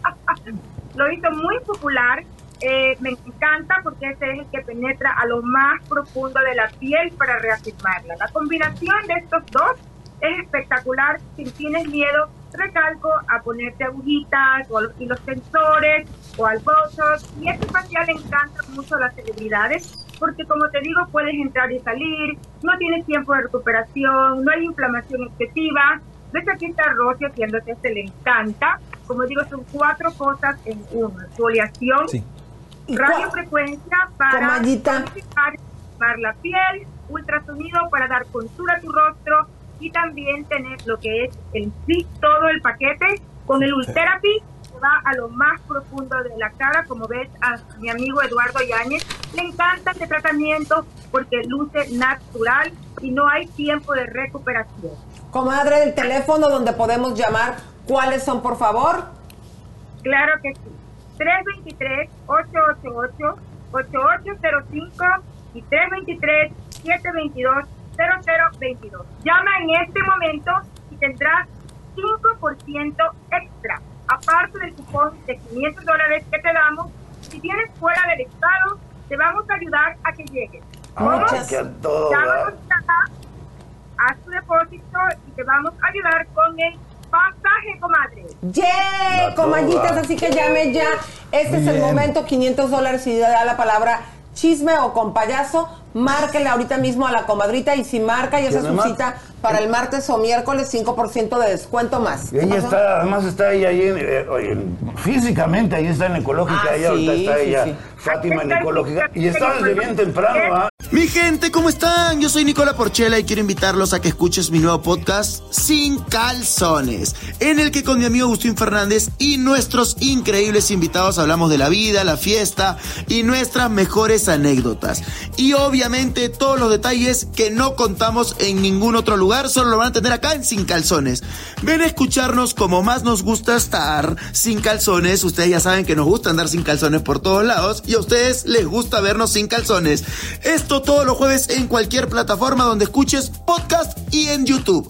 lo hizo muy popular. Eh, me encanta porque ese es el que penetra a lo más profundo de la piel para reafirmarla. La combinación de estos dos es espectacular. Si tienes miedo, recalco a ponerte agujitas o a los hilos tensores o al botox. Y este facial encanta mucho a las celebridades porque, como te digo, puedes entrar y salir, no tienes tiempo de recuperación, no hay inflamación excesiva. Ves, aquí está Rosy haciendo que este le encanta. Como digo, son cuatro cosas en uno: exfoliación, sí, radiofrecuencia para tonificar la piel, ultrasonido para dar contura a tu rostro y también tener lo que es el sí, todo el paquete con el Ultherapy. Va a lo más profundo de la cara. Como ves, a mi amigo Eduardo Yáñez le encanta este tratamiento porque luce natural y no hay tiempo de recuperación. Comadre, el teléfono donde podemos llamar, ¿cuáles son, por favor? Claro que sí. tres dos tres, ocho ocho ocho, ocho ocho cero cinco y tres dos tres, siete dos dos, cero cero dos dos. Llama en este momento y tendrás cinco por ciento extra. Aparte del cupón de quinientos dólares que te damos, si vienes fuera del estado, te vamos a ayudar a que llegues. Ah, que a todo, Llámanos acá, haz tu depósito y te vamos a ayudar con el pasaje, comadre. ¡Yeah! Comadritas, así que llame ya. Este es el momento, quinientos dólares y da la palabra chisme o con payaso. Márquele ahorita mismo a la comadrita y si marca ya se su cita para el martes o miércoles, cinco por ciento de descuento más. Y ella está, además está ella ahí, en, eh, en, físicamente, ahí está en Ecológica, Ah, ella ahorita sí, está sí, ella, sí. Fátima en Ecológica, y está desde bien temprano, ¿ah? Mi gente, ¿cómo están? Yo soy Nicola Porchela y quiero invitarlos a que escuches mi nuevo podcast Sin Calzones, en el que con mi amigo Agustín Fernández y nuestros increíbles invitados hablamos de la vida, la fiesta y nuestras mejores anécdotas. Y obviamente todos los detalles que no contamos en ningún otro lugar, solo lo van a tener acá en Sin Calzones. Ven a escucharnos como más nos gusta estar sin calzones. Ustedes ya saben que nos gusta andar sin calzones por todos lados y a ustedes les gusta vernos sin calzones. Esto todos los jueves en cualquier plataforma donde escuches podcast y en YouTube.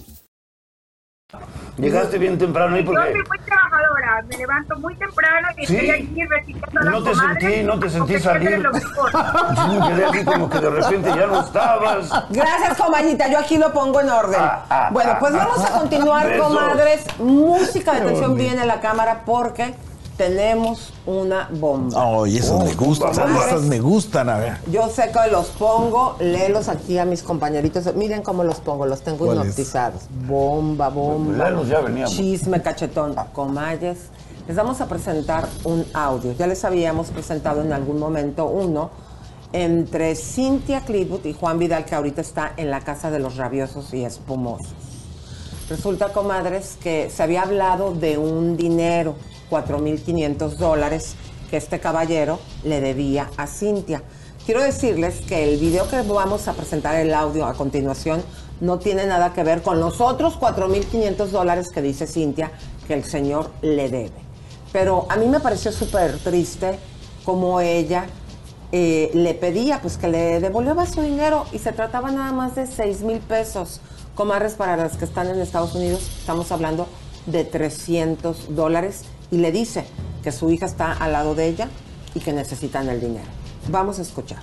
Llegaste bien temprano ahí Yo porque... soy muy trabajadora, me levanto muy temprano y ¿Sí? estoy aquí recitando a las No te comadres, sentí, no te sentí porque salir. siempre es lo mejor. Yo me quedé aquí como que de repente ya no estabas. Gracias, comadrita. Yo aquí lo pongo en orden. ah, bueno, pues ah, vamos a ah, continuar, besos. comadres. Música de atención Qué bien en la cámara porque tenemos una bomba. Ay, esas me gustan, Comadres, esas me gustan, a ver. Yo sé que los pongo, léelos aquí a mis compañeritos. Miren cómo los pongo, los tengo ¿Cuál es? hipnotizados. Bomba, bomba. Léelos, ya veníamos. Chisme, cachetón, comayes. Les vamos a presentar un audio. Ya les habíamos presentado en algún momento uno entre Cynthia Clitwood y Juan Vidal, que ahorita está en la casa de los rabiosos y espumosos. Resulta, comadres, que se había hablado de un dinero, cuatro mil quinientos dólares, que este caballero le debía a Cynthia. Quiero decirles que el video que vamos a presentar, el audio a continuación, no tiene nada que ver con los otros cuatro mil quinientos dólares que dice Cynthia que el señor le debe. Pero a mí me pareció súper triste como ella eh, le pedía pues que le devolviera su dinero y se trataba nada más de seis mil pesos. Comadres, para las que están en Estados Unidos, estamos hablando de trescientos dólares y le dice que su hija está al lado de ella y que necesitan el dinero. Vamos a escuchar.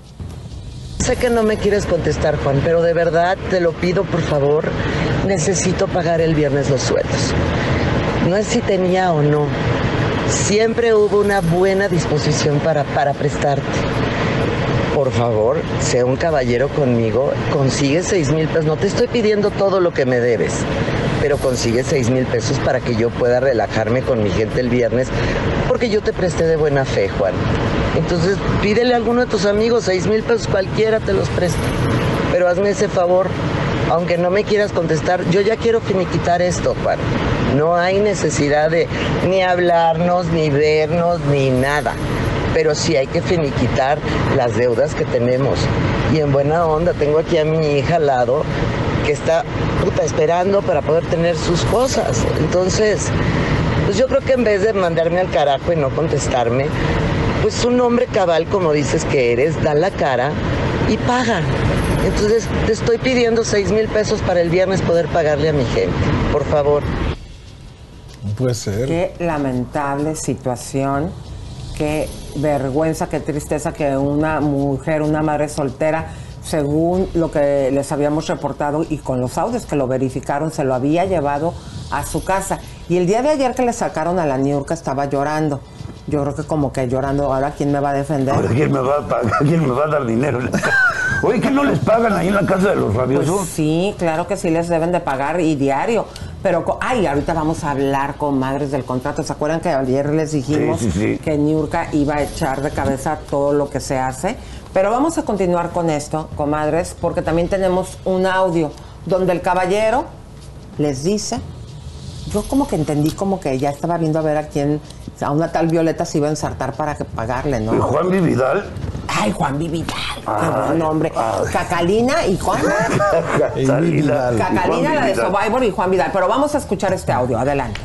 Sé que no me quieres contestar, Juan, pero de verdad te lo pido, por favor. Necesito pagar el viernes los sueldos. No es si tenía o no. Siempre hubo una buena disposición para, para prestarte. Por favor, sea un caballero conmigo. Consigue seis mil pesos. No te estoy pidiendo todo lo que me debes, pero consigue seis mil pesos para que yo pueda relajarme con mi gente el viernes, porque yo te presté de buena fe, Juan. Entonces, pídele a alguno de tus amigos, seis mil pesos, cualquiera te los presta. Pero hazme ese favor, aunque no me quieras contestar, yo ya quiero finiquitar esto, Juan. No hay necesidad de ni hablarnos, ni vernos, ni nada. Pero sí hay que finiquitar las deudas que tenemos. Y en buena onda, tengo aquí a mi hija al lado, que está puta esperando para poder tener sus cosas. Entonces, pues yo creo que en vez de mandarme al carajo y no contestarme, pues un hombre cabal, como dices que eres, da la cara y paga. Entonces, te estoy pidiendo seis mil pesos para el viernes poder pagarle a mi gente. Por favor. No puede ser. Qué lamentable situación, qué vergüenza, qué tristeza que una mujer, una madre soltera, según lo que les habíamos reportado y con los audios que lo verificaron, se lo había llevado a su casa. Y el día de ayer que le sacaron a la niurka estaba llorando. Yo creo que como que llorando, ahora ¿quién me va a defender? Ahora ¿quién me va a pagar? ¿Quién me va a dar dinero? Oye, ¿que no les pagan ahí en la casa de los rabiosos? Pues sí, claro que sí les deben de pagar y diario. Pero, ay, ahorita vamos a hablar con madres del contrato. ¿Se acuerdan que ayer les dijimos sí, sí, sí. que niurka iba a echar de cabeza todo lo que se hace? Pero vamos a continuar con esto, comadres, porque también tenemos un audio donde el caballero les dice, yo como que entendí como que ya estaba viendo a ver a quién, a una tal Violeta se iba a ensartar para que pagarle, ¿no? ¿Y Juan Vidal? Ay, Juan Vidal, qué buen nombre. Ay. Cacalina y Juan. Cacalina, Cacalina, la de Survivor y Juan Vidal. Pero vamos a escuchar este audio, adelante.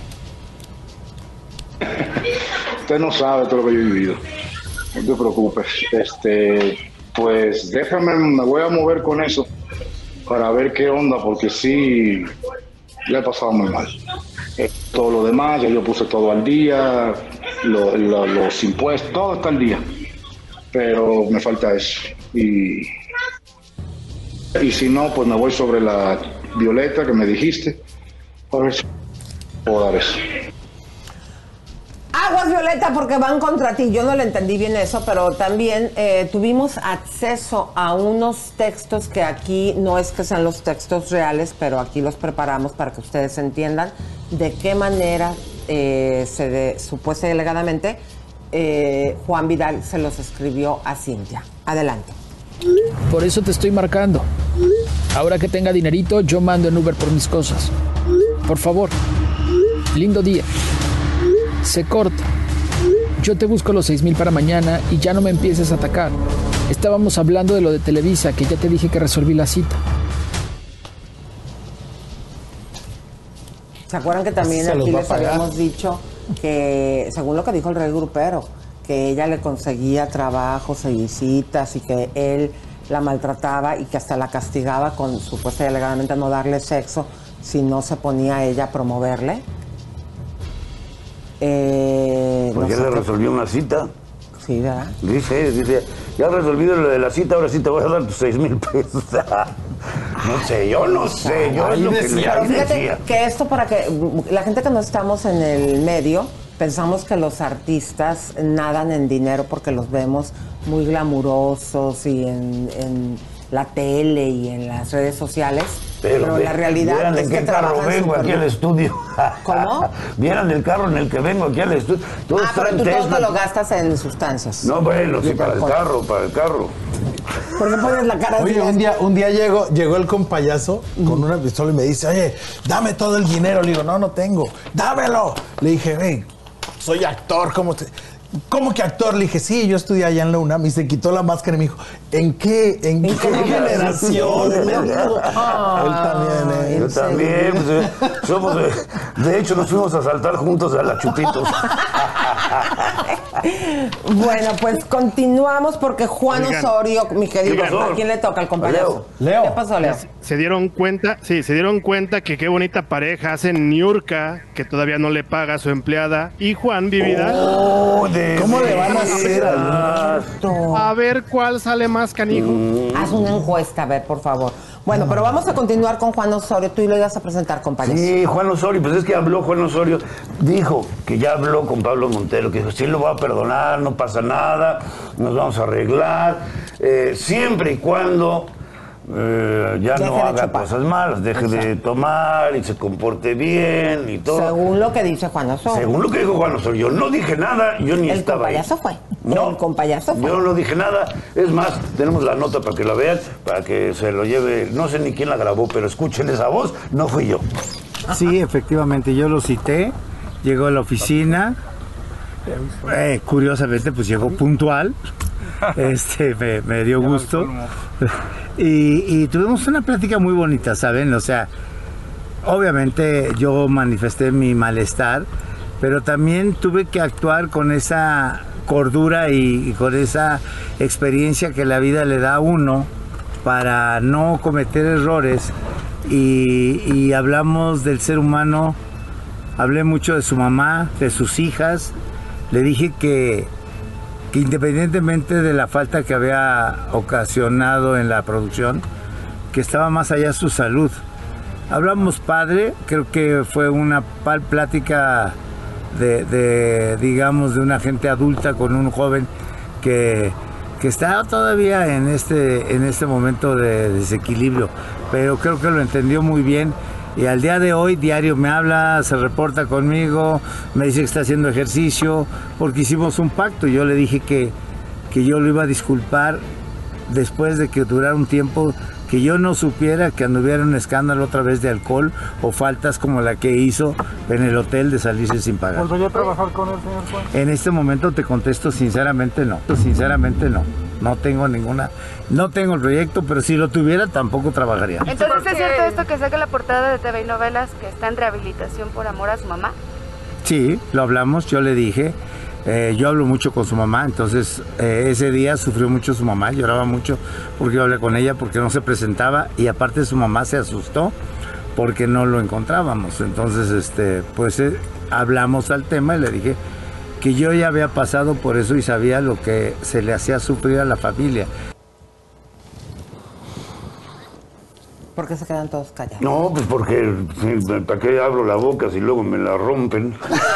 Usted no sabe todo lo que yo he vivido. No te preocupes. Este, pues déjame, me voy a mover con eso para ver qué onda, porque sí le he pasado muy mal. Eh, todo lo demás, ya yo puse todo al día, lo, lo, los impuestos, todo está al día. Pero me falta eso. Y, y si no, pues me voy sobre la Violeta que me dijiste. A ver si puedo dar eso. Aguas, Violeta, porque van contra ti. Yo no le entendí bien eso, pero también eh, tuvimos acceso a unos textos que aquí no es que sean los textos reales, pero aquí los preparamos para que ustedes entiendan de qué manera eh, se de, supuesta y alegadamente eh, Juan Vidal se los escribió a Cynthia. Adelante. Por eso te estoy marcando. Ahora que tenga dinerito, yo mando en Uber por mis cosas. Por favor. Lindo día. Se corta. Yo te busco los seis mil para mañana y ya no me empieces a atacar. Estábamos hablando de lo de Televisa, que ya te dije que resolví la cita. ¿Se acuerdan que también Se aquí los va les a pagar. habíamos dicho que, según lo que dijo el rey grupero, que ella le conseguía trabajos y visitas y que él la maltrataba y que hasta la castigaba con supuesta y alegadamente no darle sexo si no se ponía ella a promoverle? Eh, Pues no ya sé le qué- resolvió una cita. Sí, ¿verdad? Dice, dice, ya has resolvido lo de la cita, ahora sí te voy a dar tus seis mil pesos. No sé, yo no sé, yo es lo que le Pero ahí fíjate decía. que esto para que la gente que no estamos en el medio pensamos que los artistas nadan en dinero porque los vemos muy glamurosos y en, en la tele y en las redes sociales, pero, ve- la realidad vean es en que qué carro trabajan vengo súper aquí al bien. estudio. ¿Cómo? Vieran el carro en el que vengo aquí al estudio. Todos Ah, pero traen tú todo Tesla. te lo gastas en sustancias. No, bueno, sí, Y para el alcohol. carro, para el carro. ¿Por qué pones la cara Oye, así? un día, un día llegó, llegó el compayazo con una pistola y me dice, oye, dame todo el dinero. Le digo, no, no tengo. Dámelo. Le dije, hey, soy actor, ¿cómo te...? ¿Cómo que actor? Le dije, sí, yo estudié allá en la UNAM y se quitó la máscara y me dijo, ¿en qué, en qué generación? Le digo, él también, ¿eh? Yo también. Pues, eh, somos, eh, de hecho, nos fuimos a saltar juntos a la Chupitos. Bueno, pues continuamos porque Juan Oigan. Osorio, mi querido, ¿Qué pasó? ¿a quién le toca? ¿El compañero? Leo. ¿Qué pasó, Leo? Se dieron cuenta, sí, se dieron cuenta que qué bonita pareja hacen Niurka, que todavía no le paga a su empleada, y Juan Vividal. Oh, de ¿Cómo le van a hacer veras. A ver cuál sale más canijo. Haz una encuesta, a ver, por favor. Bueno, pero vamos a continuar con Juan Osorio. Tú lo ibas a presentar, compañero. Sí, Juan Osorio, pues es que habló Juan Osorio, dijo que ya habló con Pablo Montero, que dijo, sí lo va a perdonar, no pasa nada, nos vamos a arreglar, eh, siempre y cuando eh, ya Deje no de haga chupar. cosas malas, deje de tomar y se comporte bien y todo. Según lo que dice Juan Osorio. Según lo que dijo Juan Osorio, yo no dije nada, yo ni El estaba ahí. compayazo fue. No, El compayazo fue. yo no dije nada. Es más, tenemos la nota para que la vean, para que se lo lleve. No sé ni quién la grabó, pero escuchen esa voz, no fui yo. Sí, efectivamente, yo lo cité, llegó a la oficina, eh, curiosamente pues llegó puntual, este, me, me dio gusto y, y tuvimos una plática muy bonita, ¿saben? O sea, obviamente yo manifesté mi malestar, pero también tuve que actuar con esa cordura y, y con esa experiencia que la vida le da a uno para no cometer errores. Y, y hablamos del ser humano, hablé mucho de su mamá, de sus hijas, le dije que, que independientemente de la falta que había ocasionado en la producción, que estaba más allá su salud. Hablamos padre, creo que fue una pal- plática de, de, digamos, de una gente adulta con un joven que, que está todavía en este, en este momento de desequilibrio, pero creo que lo entendió muy bien y al día de hoy diario me habla, se reporta conmigo, me dice que está haciendo ejercicio, porque hicimos un pacto. Yo le dije que, que yo lo iba a disculpar después de que durara un tiempo, que yo no supiera que anduviera un escándalo otra vez de alcohol o faltas como la que hizo en el hotel de salirse sin pagar. ¿Volvería a trabajar con el señor Juan? En este momento te contesto sinceramente no, sinceramente no, no tengo ninguna, no tengo el proyecto, pero si lo tuviera tampoco trabajaría. Entonces, ¿es cierto esto que saca la portada de T V y Novelas, que está en rehabilitación por amor a su mamá? Sí, lo hablamos, yo le dije, eh, yo hablo mucho con su mamá, entonces eh, ese día sufrió mucho su mamá, lloraba mucho porque yo hablé con ella porque no se presentaba y aparte su mamá se asustó porque no lo encontrábamos, entonces este, pues eh, hablamos al tema y le dije que yo ya había pasado por eso y sabía lo que se le hacía sufrir a la familia. ¿Por qué se quedan todos callados? No, pues porque, ¿para qué abro la boca si luego me la rompen?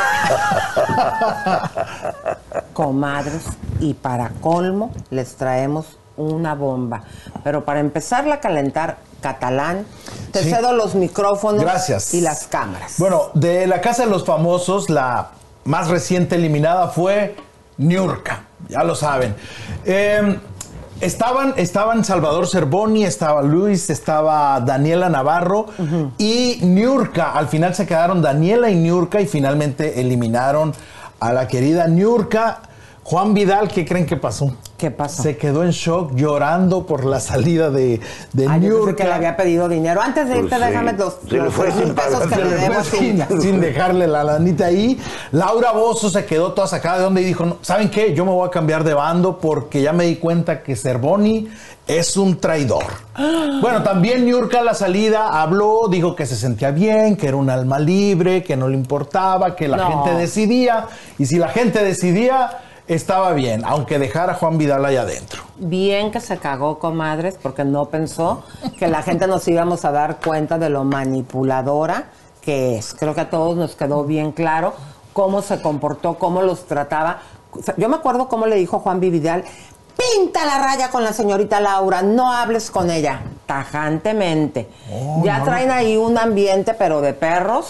Comadres, y para colmo les traemos una bomba. Pero para empezarla a calentar, Catalán, te Sí. cedo los micrófonos. Gracias. Y las cámaras. Bueno, de la Casa de los Famosos, la más reciente eliminada fue Niurka, ya lo saben. Eh, estaban, estaban Salvador Cervoni, estaba Luis, estaba Daniela Navarro y Niurka. Al final se quedaron Daniela y Niurka y finalmente eliminaron a la querida Niurka. Juan Vidal, ¿qué creen que pasó? ¿Qué pasó? Se quedó en shock llorando por la salida de, de Ay, yo pensé Niurka. que le había pedido dinero. Antes de irte, Pues sí. déjame los, Se le los fue tres mil sin pesos pagar, que se le le debo fue sin... sin, sin dejarle la lanita ahí. Laura Bozzo se quedó toda sacada de onda y dijo, no, ¿saben qué? Yo me voy a cambiar de bando porque ya me di cuenta que Cervoni es un traidor. Bueno, también Niurka a la salida habló, dijo que se sentía bien, que era un alma libre, que no le importaba, que la No. gente decidía. Y si la gente decidía, estaba bien, aunque dejara a Juan Vidal allá adentro. Bien que se cagó, comadres, porque no pensó que la gente nos íbamos a dar cuenta de lo manipuladora que es. Creo que a todos nos quedó bien claro cómo se comportó, cómo los trataba. Yo me acuerdo cómo le dijo Juan Vidal, pinta la raya con la señorita Laura, no hables con ella, tajantemente. Oh, ya no. traen ahí un ambiente, pero de perros.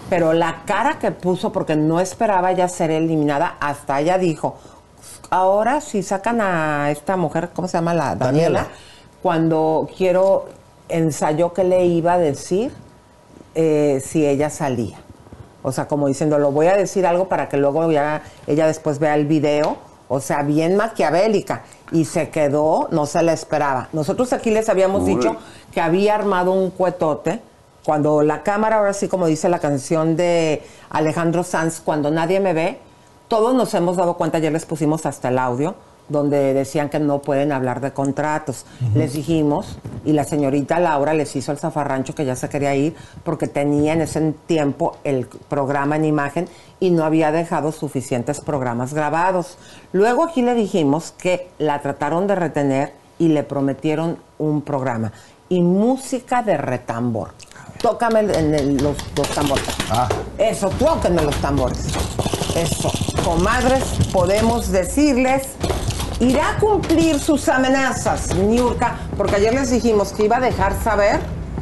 pero la cara que puso, porque no esperaba ya ser eliminada, hasta ella dijo, ahora si sacan a esta mujer, ¿cómo se llama? La Daniela, Daniela. Cuando quiero, ensayó que le iba a decir eh, si ella salía. O sea, como diciendo, lo voy a decir algo para que luego ya ella después vea el video. O sea, bien maquiavélica. Y se quedó, no se la esperaba. Nosotros aquí les habíamos Uy. dicho que había armado un cuetote. Cuando la cámara, ahora sí, como dice la canción de Alejandro Sanz, cuando nadie me ve, todos nos hemos dado cuenta, ayer les pusimos hasta el audio, donde decían que no pueden hablar de contratos. Uh-huh. Les dijimos, y la señorita Laura les hizo el zafarrancho que ya se quería ir, porque tenía en ese tiempo el programa en imagen y no había dejado suficientes programas grabados. Luego aquí le dijimos que la trataron de retener y le prometieron un programa. Y música de retambor. Tócame en el, los, los tambores. Ah. Eso, tóquenme los tambores. Eso. Comadres, podemos decirles, irá a cumplir sus amenazas, Niurka, porque ayer les dijimos que iba a dejar saber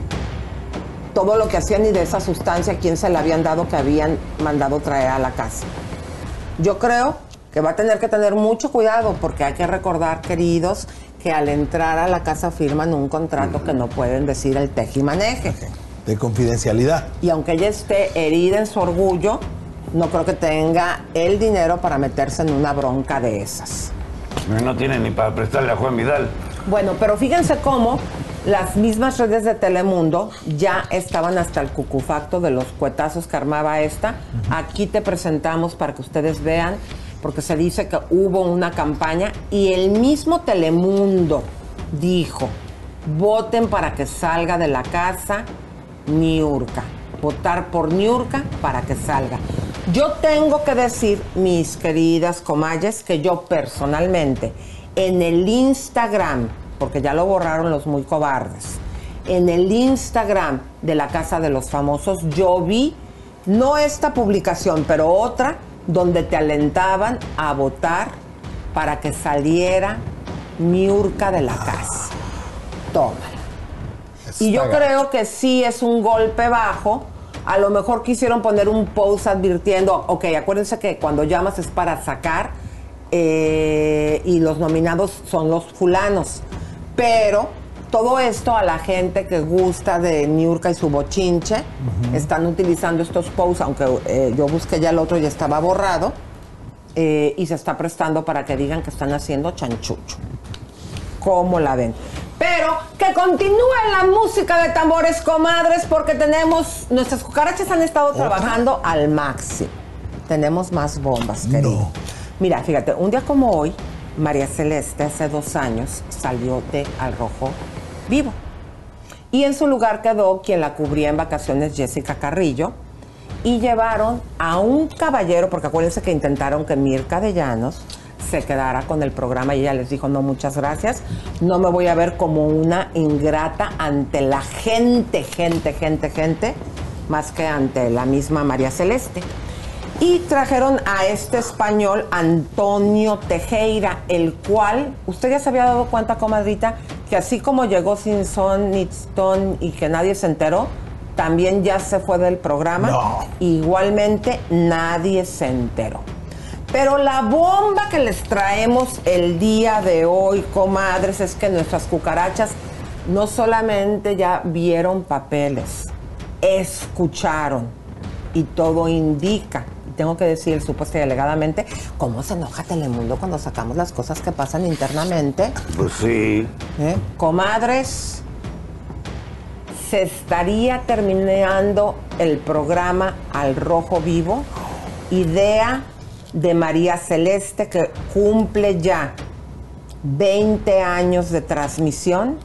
todo lo que hacían y de esa sustancia, quién se la habían dado, que habían mandado traer a la casa. Yo creo que va a tener que tener mucho cuidado, porque hay que recordar, queridos, que al entrar a la casa firman un contrato que no pueden decir el tejimaneje. De confidencialidad. Y aunque ella esté herida en su orgullo, no creo que tenga el dinero para meterse en una bronca de esas. No tiene ni para prestarle a Juan Vidal. Bueno, pero fíjense cómo las mismas redes de Telemundo ya estaban hasta el cucufacto de los cuetazos que armaba esta. Uh-huh. Aquí te presentamos para que ustedes vean, porque se dice que hubo una campaña y el mismo Telemundo dijo, voten para que salga de la casa Niurka. Votar por Niurka para que salga. Yo tengo que decir, mis queridas comadres, que yo personalmente, en el Instagram, porque ya lo borraron los muy cobardes, en el Instagram de la Casa de los Famosos, yo vi, no esta publicación, pero otra, donde te alentaban a votar para que saliera Niurka de la casa. Tómala. Y yo creo que sí es un golpe bajo. A lo mejor quisieron poner un post advirtiendo, ok, acuérdense que cuando llamas es para sacar eh, y los nominados son los fulanos. Pero todo esto a la gente que gusta de Niurka y su bochinche, uh-huh. están utilizando estos posts, aunque eh, yo busqué ya el otro y estaba borrado, eh, y se está prestando para que digan que están haciendo chanchucho. ¿Cómo la ven? Pero que continúe la música de tambores, comadres, porque tenemos, nuestras cucarachas han estado ¿Otra? trabajando al máximo. Tenemos más bombas, querido. No. Mira, fíjate, un día como hoy, María Celeste, hace dos años, salió de Al Rojo Vivo. Y en su lugar quedó quien la cubría en vacaciones, Jessica Carrillo, y llevaron a un caballero, porque acuérdense que intentaron que Mirka de Llanos se quedara con el programa y ella les dijo, no, muchas gracias, no me voy a ver como una ingrata ante la gente, gente, gente, gente, más que ante la misma María Celeste. Y trajeron a este español, Antonio Tejera, el cual, usted ya se había dado cuenta, comadrita, que así como llegó sin son ni ton y que nadie se enteró, también ya se fue del programa. No. Igualmente nadie se enteró. Pero la bomba que les traemos el día de hoy, comadres, es que nuestras cucarachas no solamente ya vieron papeles, escucharon, y todo indica, y tengo que decir supuesta y alegadamente, cómo se enoja Telemundo cuando sacamos las cosas que pasan internamente. Pues sí. ¿Eh? Comadres, se estaría terminando el programa Al Rojo Vivo, idea de María Celeste, que cumple ya veinte años de transmisión.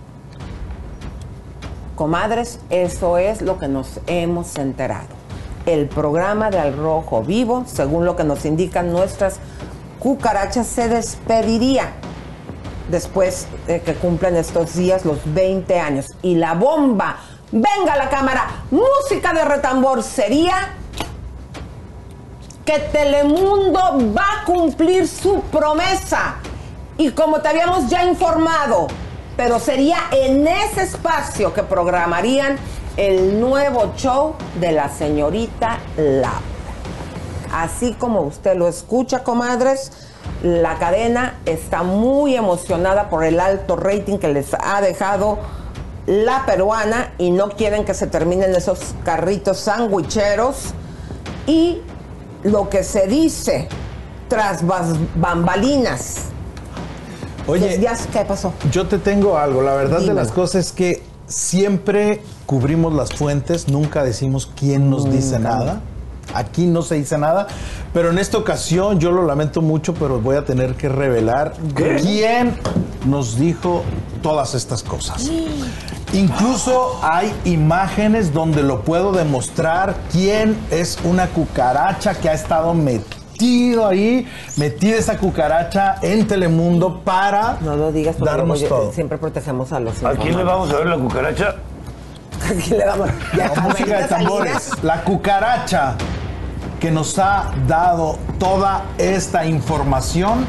Comadres, eso es lo que nos hemos enterado. El programa de Al Rojo Vivo, según lo que nos indican nuestras cucarachas, se despediría después de que cumplen estos días los veinte años. Y la bomba, venga la cámara, música de retambor, sería que Telemundo va a cumplir su promesa. Y como te habíamos ya informado, pero sería en ese espacio que programarían el nuevo show de la señorita Laura. Así como usted lo escucha, comadres, la cadena está muy emocionada por el alto rating que les ha dejado la peruana y no quieren que se terminen esos carritos sandwicheros. Y lo que se dice tras bambalinas. Oye, ya, ¿qué pasó? Yo te tengo algo. La verdad Dímelo. de las cosas es que siempre cubrimos las fuentes, nunca decimos quién nos nunca. dice nada. Aquí no se dice nada, pero en esta ocasión yo lo lamento mucho, pero voy a tener que revelar ¿Qué? quién nos dijo todas estas cosas. Sí. Incluso hay imágenes donde lo puedo demostrar quién es una cucaracha que ha estado metido ahí, metida esa cucaracha en Telemundo para no lo digas darnos todo. Siempre protegemos a los ¿A quién le vamos a ver la cucaracha? ¿A quién le vamos? Ya, la música de tambores. La cucaracha que nos ha dado toda esta información.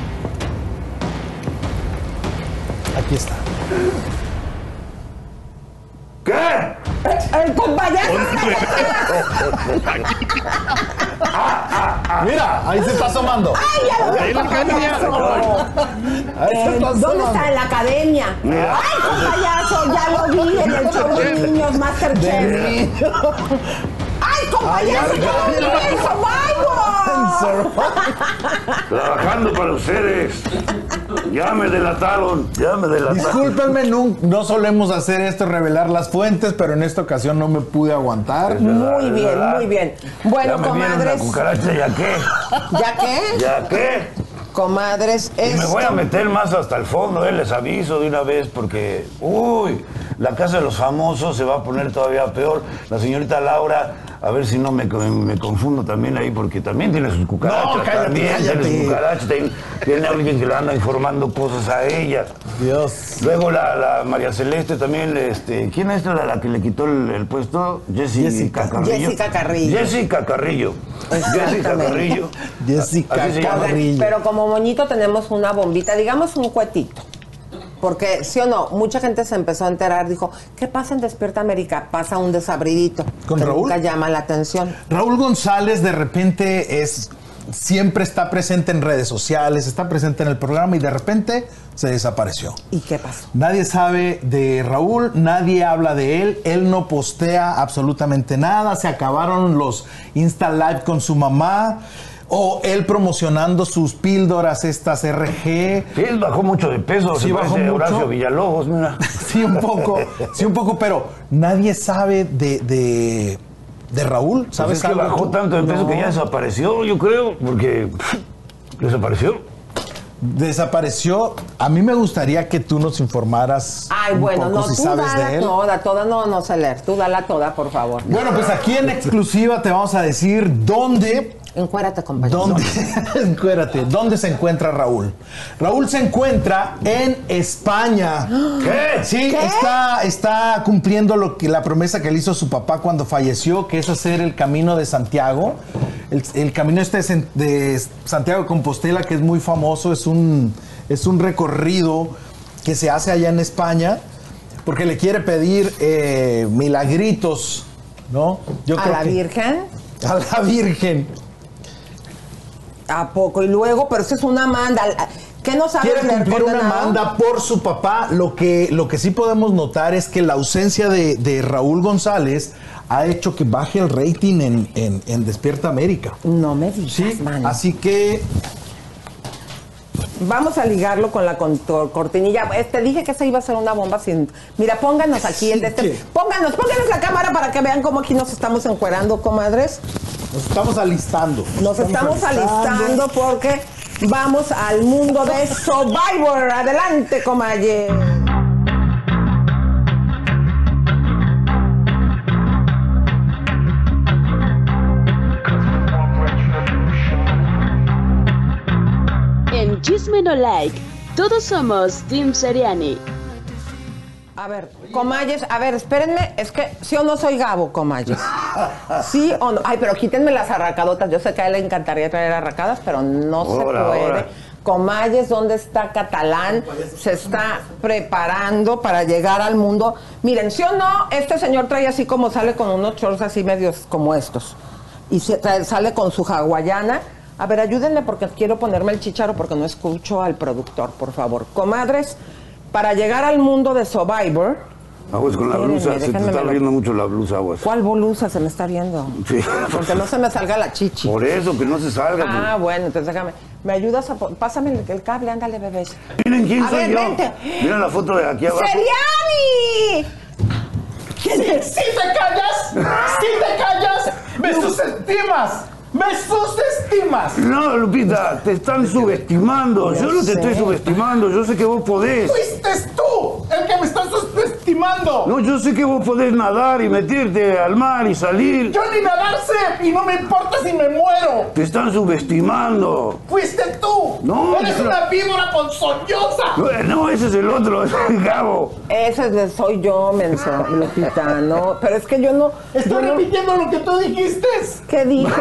Aquí está. ¿Qué? ¡El compañero! Mira, ahí se está asomando. ¡Ay, ya lo vi! Ahí la eh, ¿Dónde está? En la academia. Mira. ¡Ay, compayazo! Ya lo vi en el show de niños Masterchef. ¡Ay, compayazo! ¡Ya lo vi en Survivor! Trabajando para ustedes. Ya me delataron, ya me delataron. Discúlpenme, no, no solemos hacer esto, revelar las fuentes, pero en esta ocasión no me pude aguantar. Muy bien, muy bien. Bueno, ya me comadres. La cucaracha, ¿ya qué? ¿Ya qué? ¿Ya qué? Comadres, y me voy a meter más hasta el fondo, eh, les aviso de una vez, porque, uy, la casa de los famosos se va a poner todavía peor. La señorita Laura, a ver si no me, me confundo también ahí, porque también tiene sus cucarachas. No, cállate, también cállate. tiene sus cucarachas, tiene, tiene alguien que le anda informando cosas a ella. Dios. Luego la, la María Celeste también, este, ¿quién es la, la que le quitó el, el puesto? Jessica, Jessica Carrillo. Jessica Carrillo. Jessica Carrillo. Jessica Carrillo. Jessica Carrillo. Pero como moñito tenemos una bombita, digamos un cuetito. Porque, sí o no, mucha gente se empezó a enterar, dijo, ¿qué pasa en Despierta América? Pasa un desabridito. ¿Con que Raúl? Nunca llama la atención. Raúl González de repente es... siempre está presente en redes sociales, está presente en el programa y de repente se desapareció. ¿Y qué pasó? Nadie sabe de Raúl, nadie habla de él, él no postea absolutamente nada, se acabaron los Insta Live con su mamá. O él promocionando sus píldoras, estas R G. Sí, él bajó mucho de peso, sí, se bajó parece mucho. Horacio Villalobos, mira. Sí, un poco, sí, un poco, pero nadie sabe de, de, de Raúl, ¿sabes? Pues es que bajó tanto de peso no. que ya desapareció, yo creo, porque desapareció. Desapareció. A mí me gustaría que tú nos informaras. Ay, un bueno, poco, no, si tú sabes dala de él. toda, toda, no, no sé leer. Tú dala toda, por favor. Bueno, pues aquí en exclusiva te vamos a decir dónde. Encuérate, compañero. ¿Dónde? Encuérate. ¿Dónde se encuentra Raúl? Raúl se encuentra en España. ¿Qué? Sí, ¿Qué? Está, está cumpliendo lo que, la promesa que le hizo su papá cuando falleció, que es hacer el Camino de Santiago. El, el camino este de Santiago de Compostela, que es muy famoso, es un, es un recorrido que se hace allá en España, porque le quiere pedir eh, milagritos, ¿no? Yo ¿A creo la que, Virgen? A la Virgen. ¿A poco? Y luego, pero eso es una manda. ¿Qué no sabe Quiere cumplir una manda por su papá. Lo que, lo que sí podemos notar es que la ausencia de, de Raúl González ha hecho que baje el rating en, en, en Despierta América. No me digas, sí, man. Así que... Vamos a ligarlo con la cortinilla. Te dije que esa iba a ser una bomba sin... Mira, pónganos aquí el de este... Pónganos, pónganos la cámara para que vean cómo aquí nos estamos encuerando, comadres. Nos estamos alistando. Nos estamos, estamos alistando. alistando porque vamos al mundo de Survivor. Adelante, comadre. En Chisme No Like, todos somos Team Seriani. A ver, comayes, a ver, espérenme, es que sí o no soy Gabo, comayes. Sí o no. Ay, pero quítenme las arracadotas. Yo sé que a él le encantaría traer arracadas, pero no ahora, se puede. Ahora. Comayes, ¿dónde está Catalán? Se está preparando para llegar al mundo. Miren, ¿sí o no? Este señor trae así como sale con unos shorts así medios como estos. Y se trae, sale con su hawaiana. A ver, ayúdenme porque quiero ponerme el chícharo porque no escucho al productor, por favor. Comadres, para llegar al mundo de Survivor... Aguas con la blusa, se te está viendo mucho la blusa, aguas. ¿Cuál blusa se me está viendo? Sí. Porque no se me salga la chichi. Por eso, que no se salga. Ah, pues. Bueno, entonces déjame. ¿Me ayudas a... Pásame el, el cable, ándale, bebés. Miren quién a soy ver, yo. Vente. Miren la foto de aquí abajo. ¡Seriani! ¿Quién es? ¡Si te callas! ¡Si te callas! ¡Me subestimas! ¡Me subestimas! No, Lupita, te están subestimando. Yo, yo no te estoy subestimando, yo sé que vos podés. ¡Fuiste tú el que me estás subestimando! No, yo sé que vos podés nadar y meterte al mar y salir. ¡Yo ni nadar sé! ¡Y no me importa si me muero! Te están subestimando. ¡Fuiste tú! No, ¡Eres no. una víbora ponzoñosa! No, no, ese es el otro, es el Gabo. Ese soy yo, menso, Lupita, no. Pero es que yo no... Estoy yo repitiendo no... lo que tú dijiste. ¿Qué dije?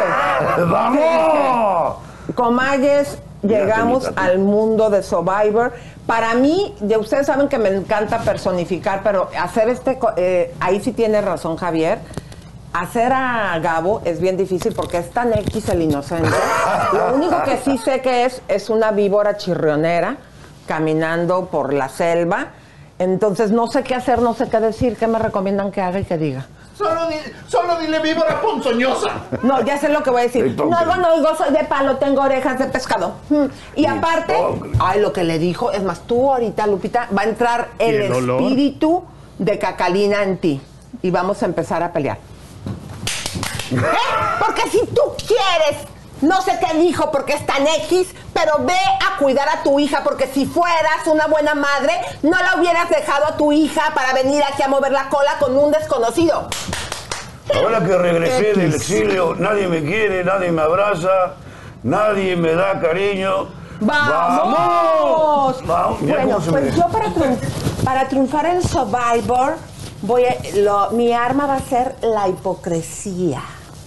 ¡Vamos! Comayes, llegamos al mundo de Survivor. Para mí, ya ustedes saben que me encanta personificar, pero hacer este... Eh, ahí sí tiene razón Javier. Hacer a Gabo es bien difícil porque es tan X el inocente. Lo único que sí sé que es, es una víbora chirrionera caminando por la selva. Entonces no sé qué hacer, no sé qué decir. ¿Qué me recomiendan que haga y que diga? Solo, di, solo dile víbora ponzoñosa. No, ya sé lo que voy a decir. No, bueno, oigo, soy de palo, tengo orejas de pescado. Y aparte, ay, lo que le dijo, es más, tú ahorita, Lupita, va a entrar el, el espíritu de Cacalina en ti. Y vamos a empezar a pelear. ¿Eh? Porque si tú quieres, no sé qué dijo porque es tan X, pero ve a cuidar a tu hija, porque si fueras una buena madre, no la hubieras dejado a tu hija para venir aquí a mover la cola con un desconocido. Ahora que regresé X. del exilio, nadie me quiere, nadie me abraza, nadie me da cariño. ¡Vamos! ¡Vamos! Bueno, pues me... yo para, triunf para triunfar en Survivor, voy a, lo, mi arma va a ser la hipocresía.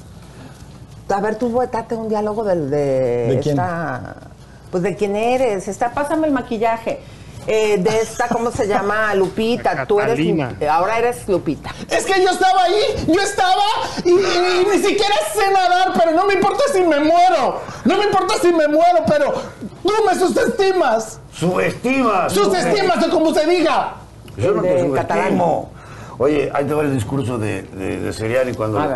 A ver, tú date un diálogo de, de, ¿De quién? esta... Pues de quién eres. Esta, pásame el maquillaje. Eh, de esta, ¿cómo se llama? Lupita. Tú eres... Ahora eres Lupita. Es que yo estaba ahí, yo estaba y, y, y ni siquiera sé nadar, pero no me importa si me muero. No me importa si me muero, pero tú me subestimas. ¿Subestimas? Subestimas, no, como se diga. Yo no te subestimo. Oye, ahí te va el discurso de, de, de Seriani cuando... A ver.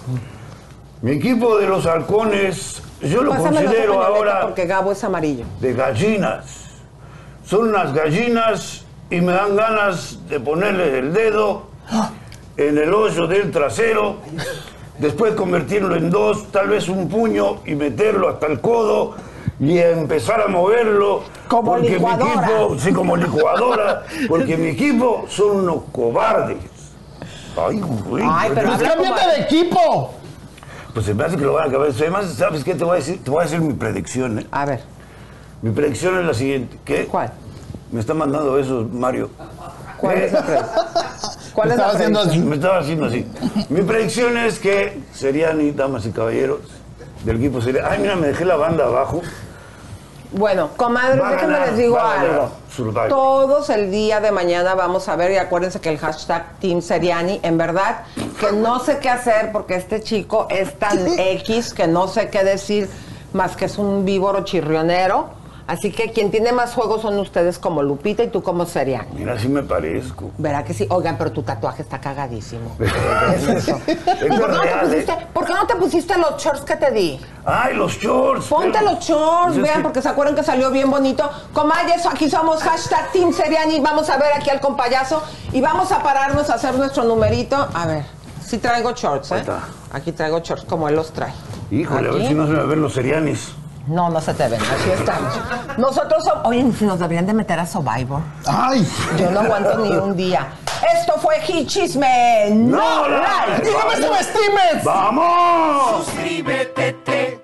Mi equipo de los halcones, yo lo Pásame considero ahora... Porque Gabo es amarillo. De gallinas. Son unas gallinas y me dan ganas de ponerles el dedo en el hoyo del trasero, después convertirlo en dos, tal vez un puño y meterlo hasta el codo y empezar a moverlo. Como porque licuadora. Mi equipo, sí, como licuadora, porque mi equipo son unos cobardes. Ay, güey. Ay, pero pues cámbiate de equipo. Pues se me hace que lo van a acabar. Además, ¿sabes qué? Te voy a decir, te voy a decir mi predicción, ¿eh? A ver. Mi predicción es la siguiente. ¿Qué? ¿Cuál? Me está mandando eso, Mario. ¿Cuál ¿Eh? es la predicción? ¿Cuál me es la haciendo predicción? así, me estaba haciendo así. Mi predicción es que Seriani, damas y caballeros, del equipo Seriani... Ay, mira, me dejé la banda abajo. Bueno, comadres, déjenme les digo algo. Todos el día de mañana vamos a ver, y acuérdense que el hashtag Team Seriani, en verdad, que no sé qué hacer porque este chico es tan X que no sé qué decir más que es un víboro chirrionero. Así que quien tiene más juegos son ustedes como Lupita y tú como Seriani. Mira, así me parezco. Verá que sí. Oigan, pero tu tatuaje está cagadísimo. Eso. ¿Por, qué no real, pusiste, ¿eh? ¿Por qué no te pusiste los shorts que te di? ¡Ay, los shorts! Ponte pero... los shorts, pues vean, que... porque se acuerdan que salió bien bonito. Comayes, aquí somos hashtag Team Seriani. Vamos a ver aquí al compayazo y vamos a pararnos a hacer nuestro numerito. A ver, sí traigo shorts, ¿eh? Aquí traigo shorts como él los trae. Híjole, aquí. A ver si no se me ven los Serianis. No, no se te ven, así estamos. Nosotros, so oye, si nos deberían de meter a Survivor. ¡Ay! Yo no aguanto ni un día. Esto fue Hit Chisme. ¡No, no like! ¡Y no me subestimes! ¡Vamos! Suscríbete,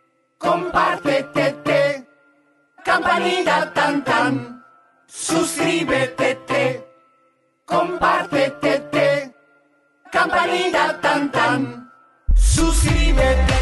compártete, campanita tan tan. Suscríbete, compártete, campanita tan tan. Suscríbete.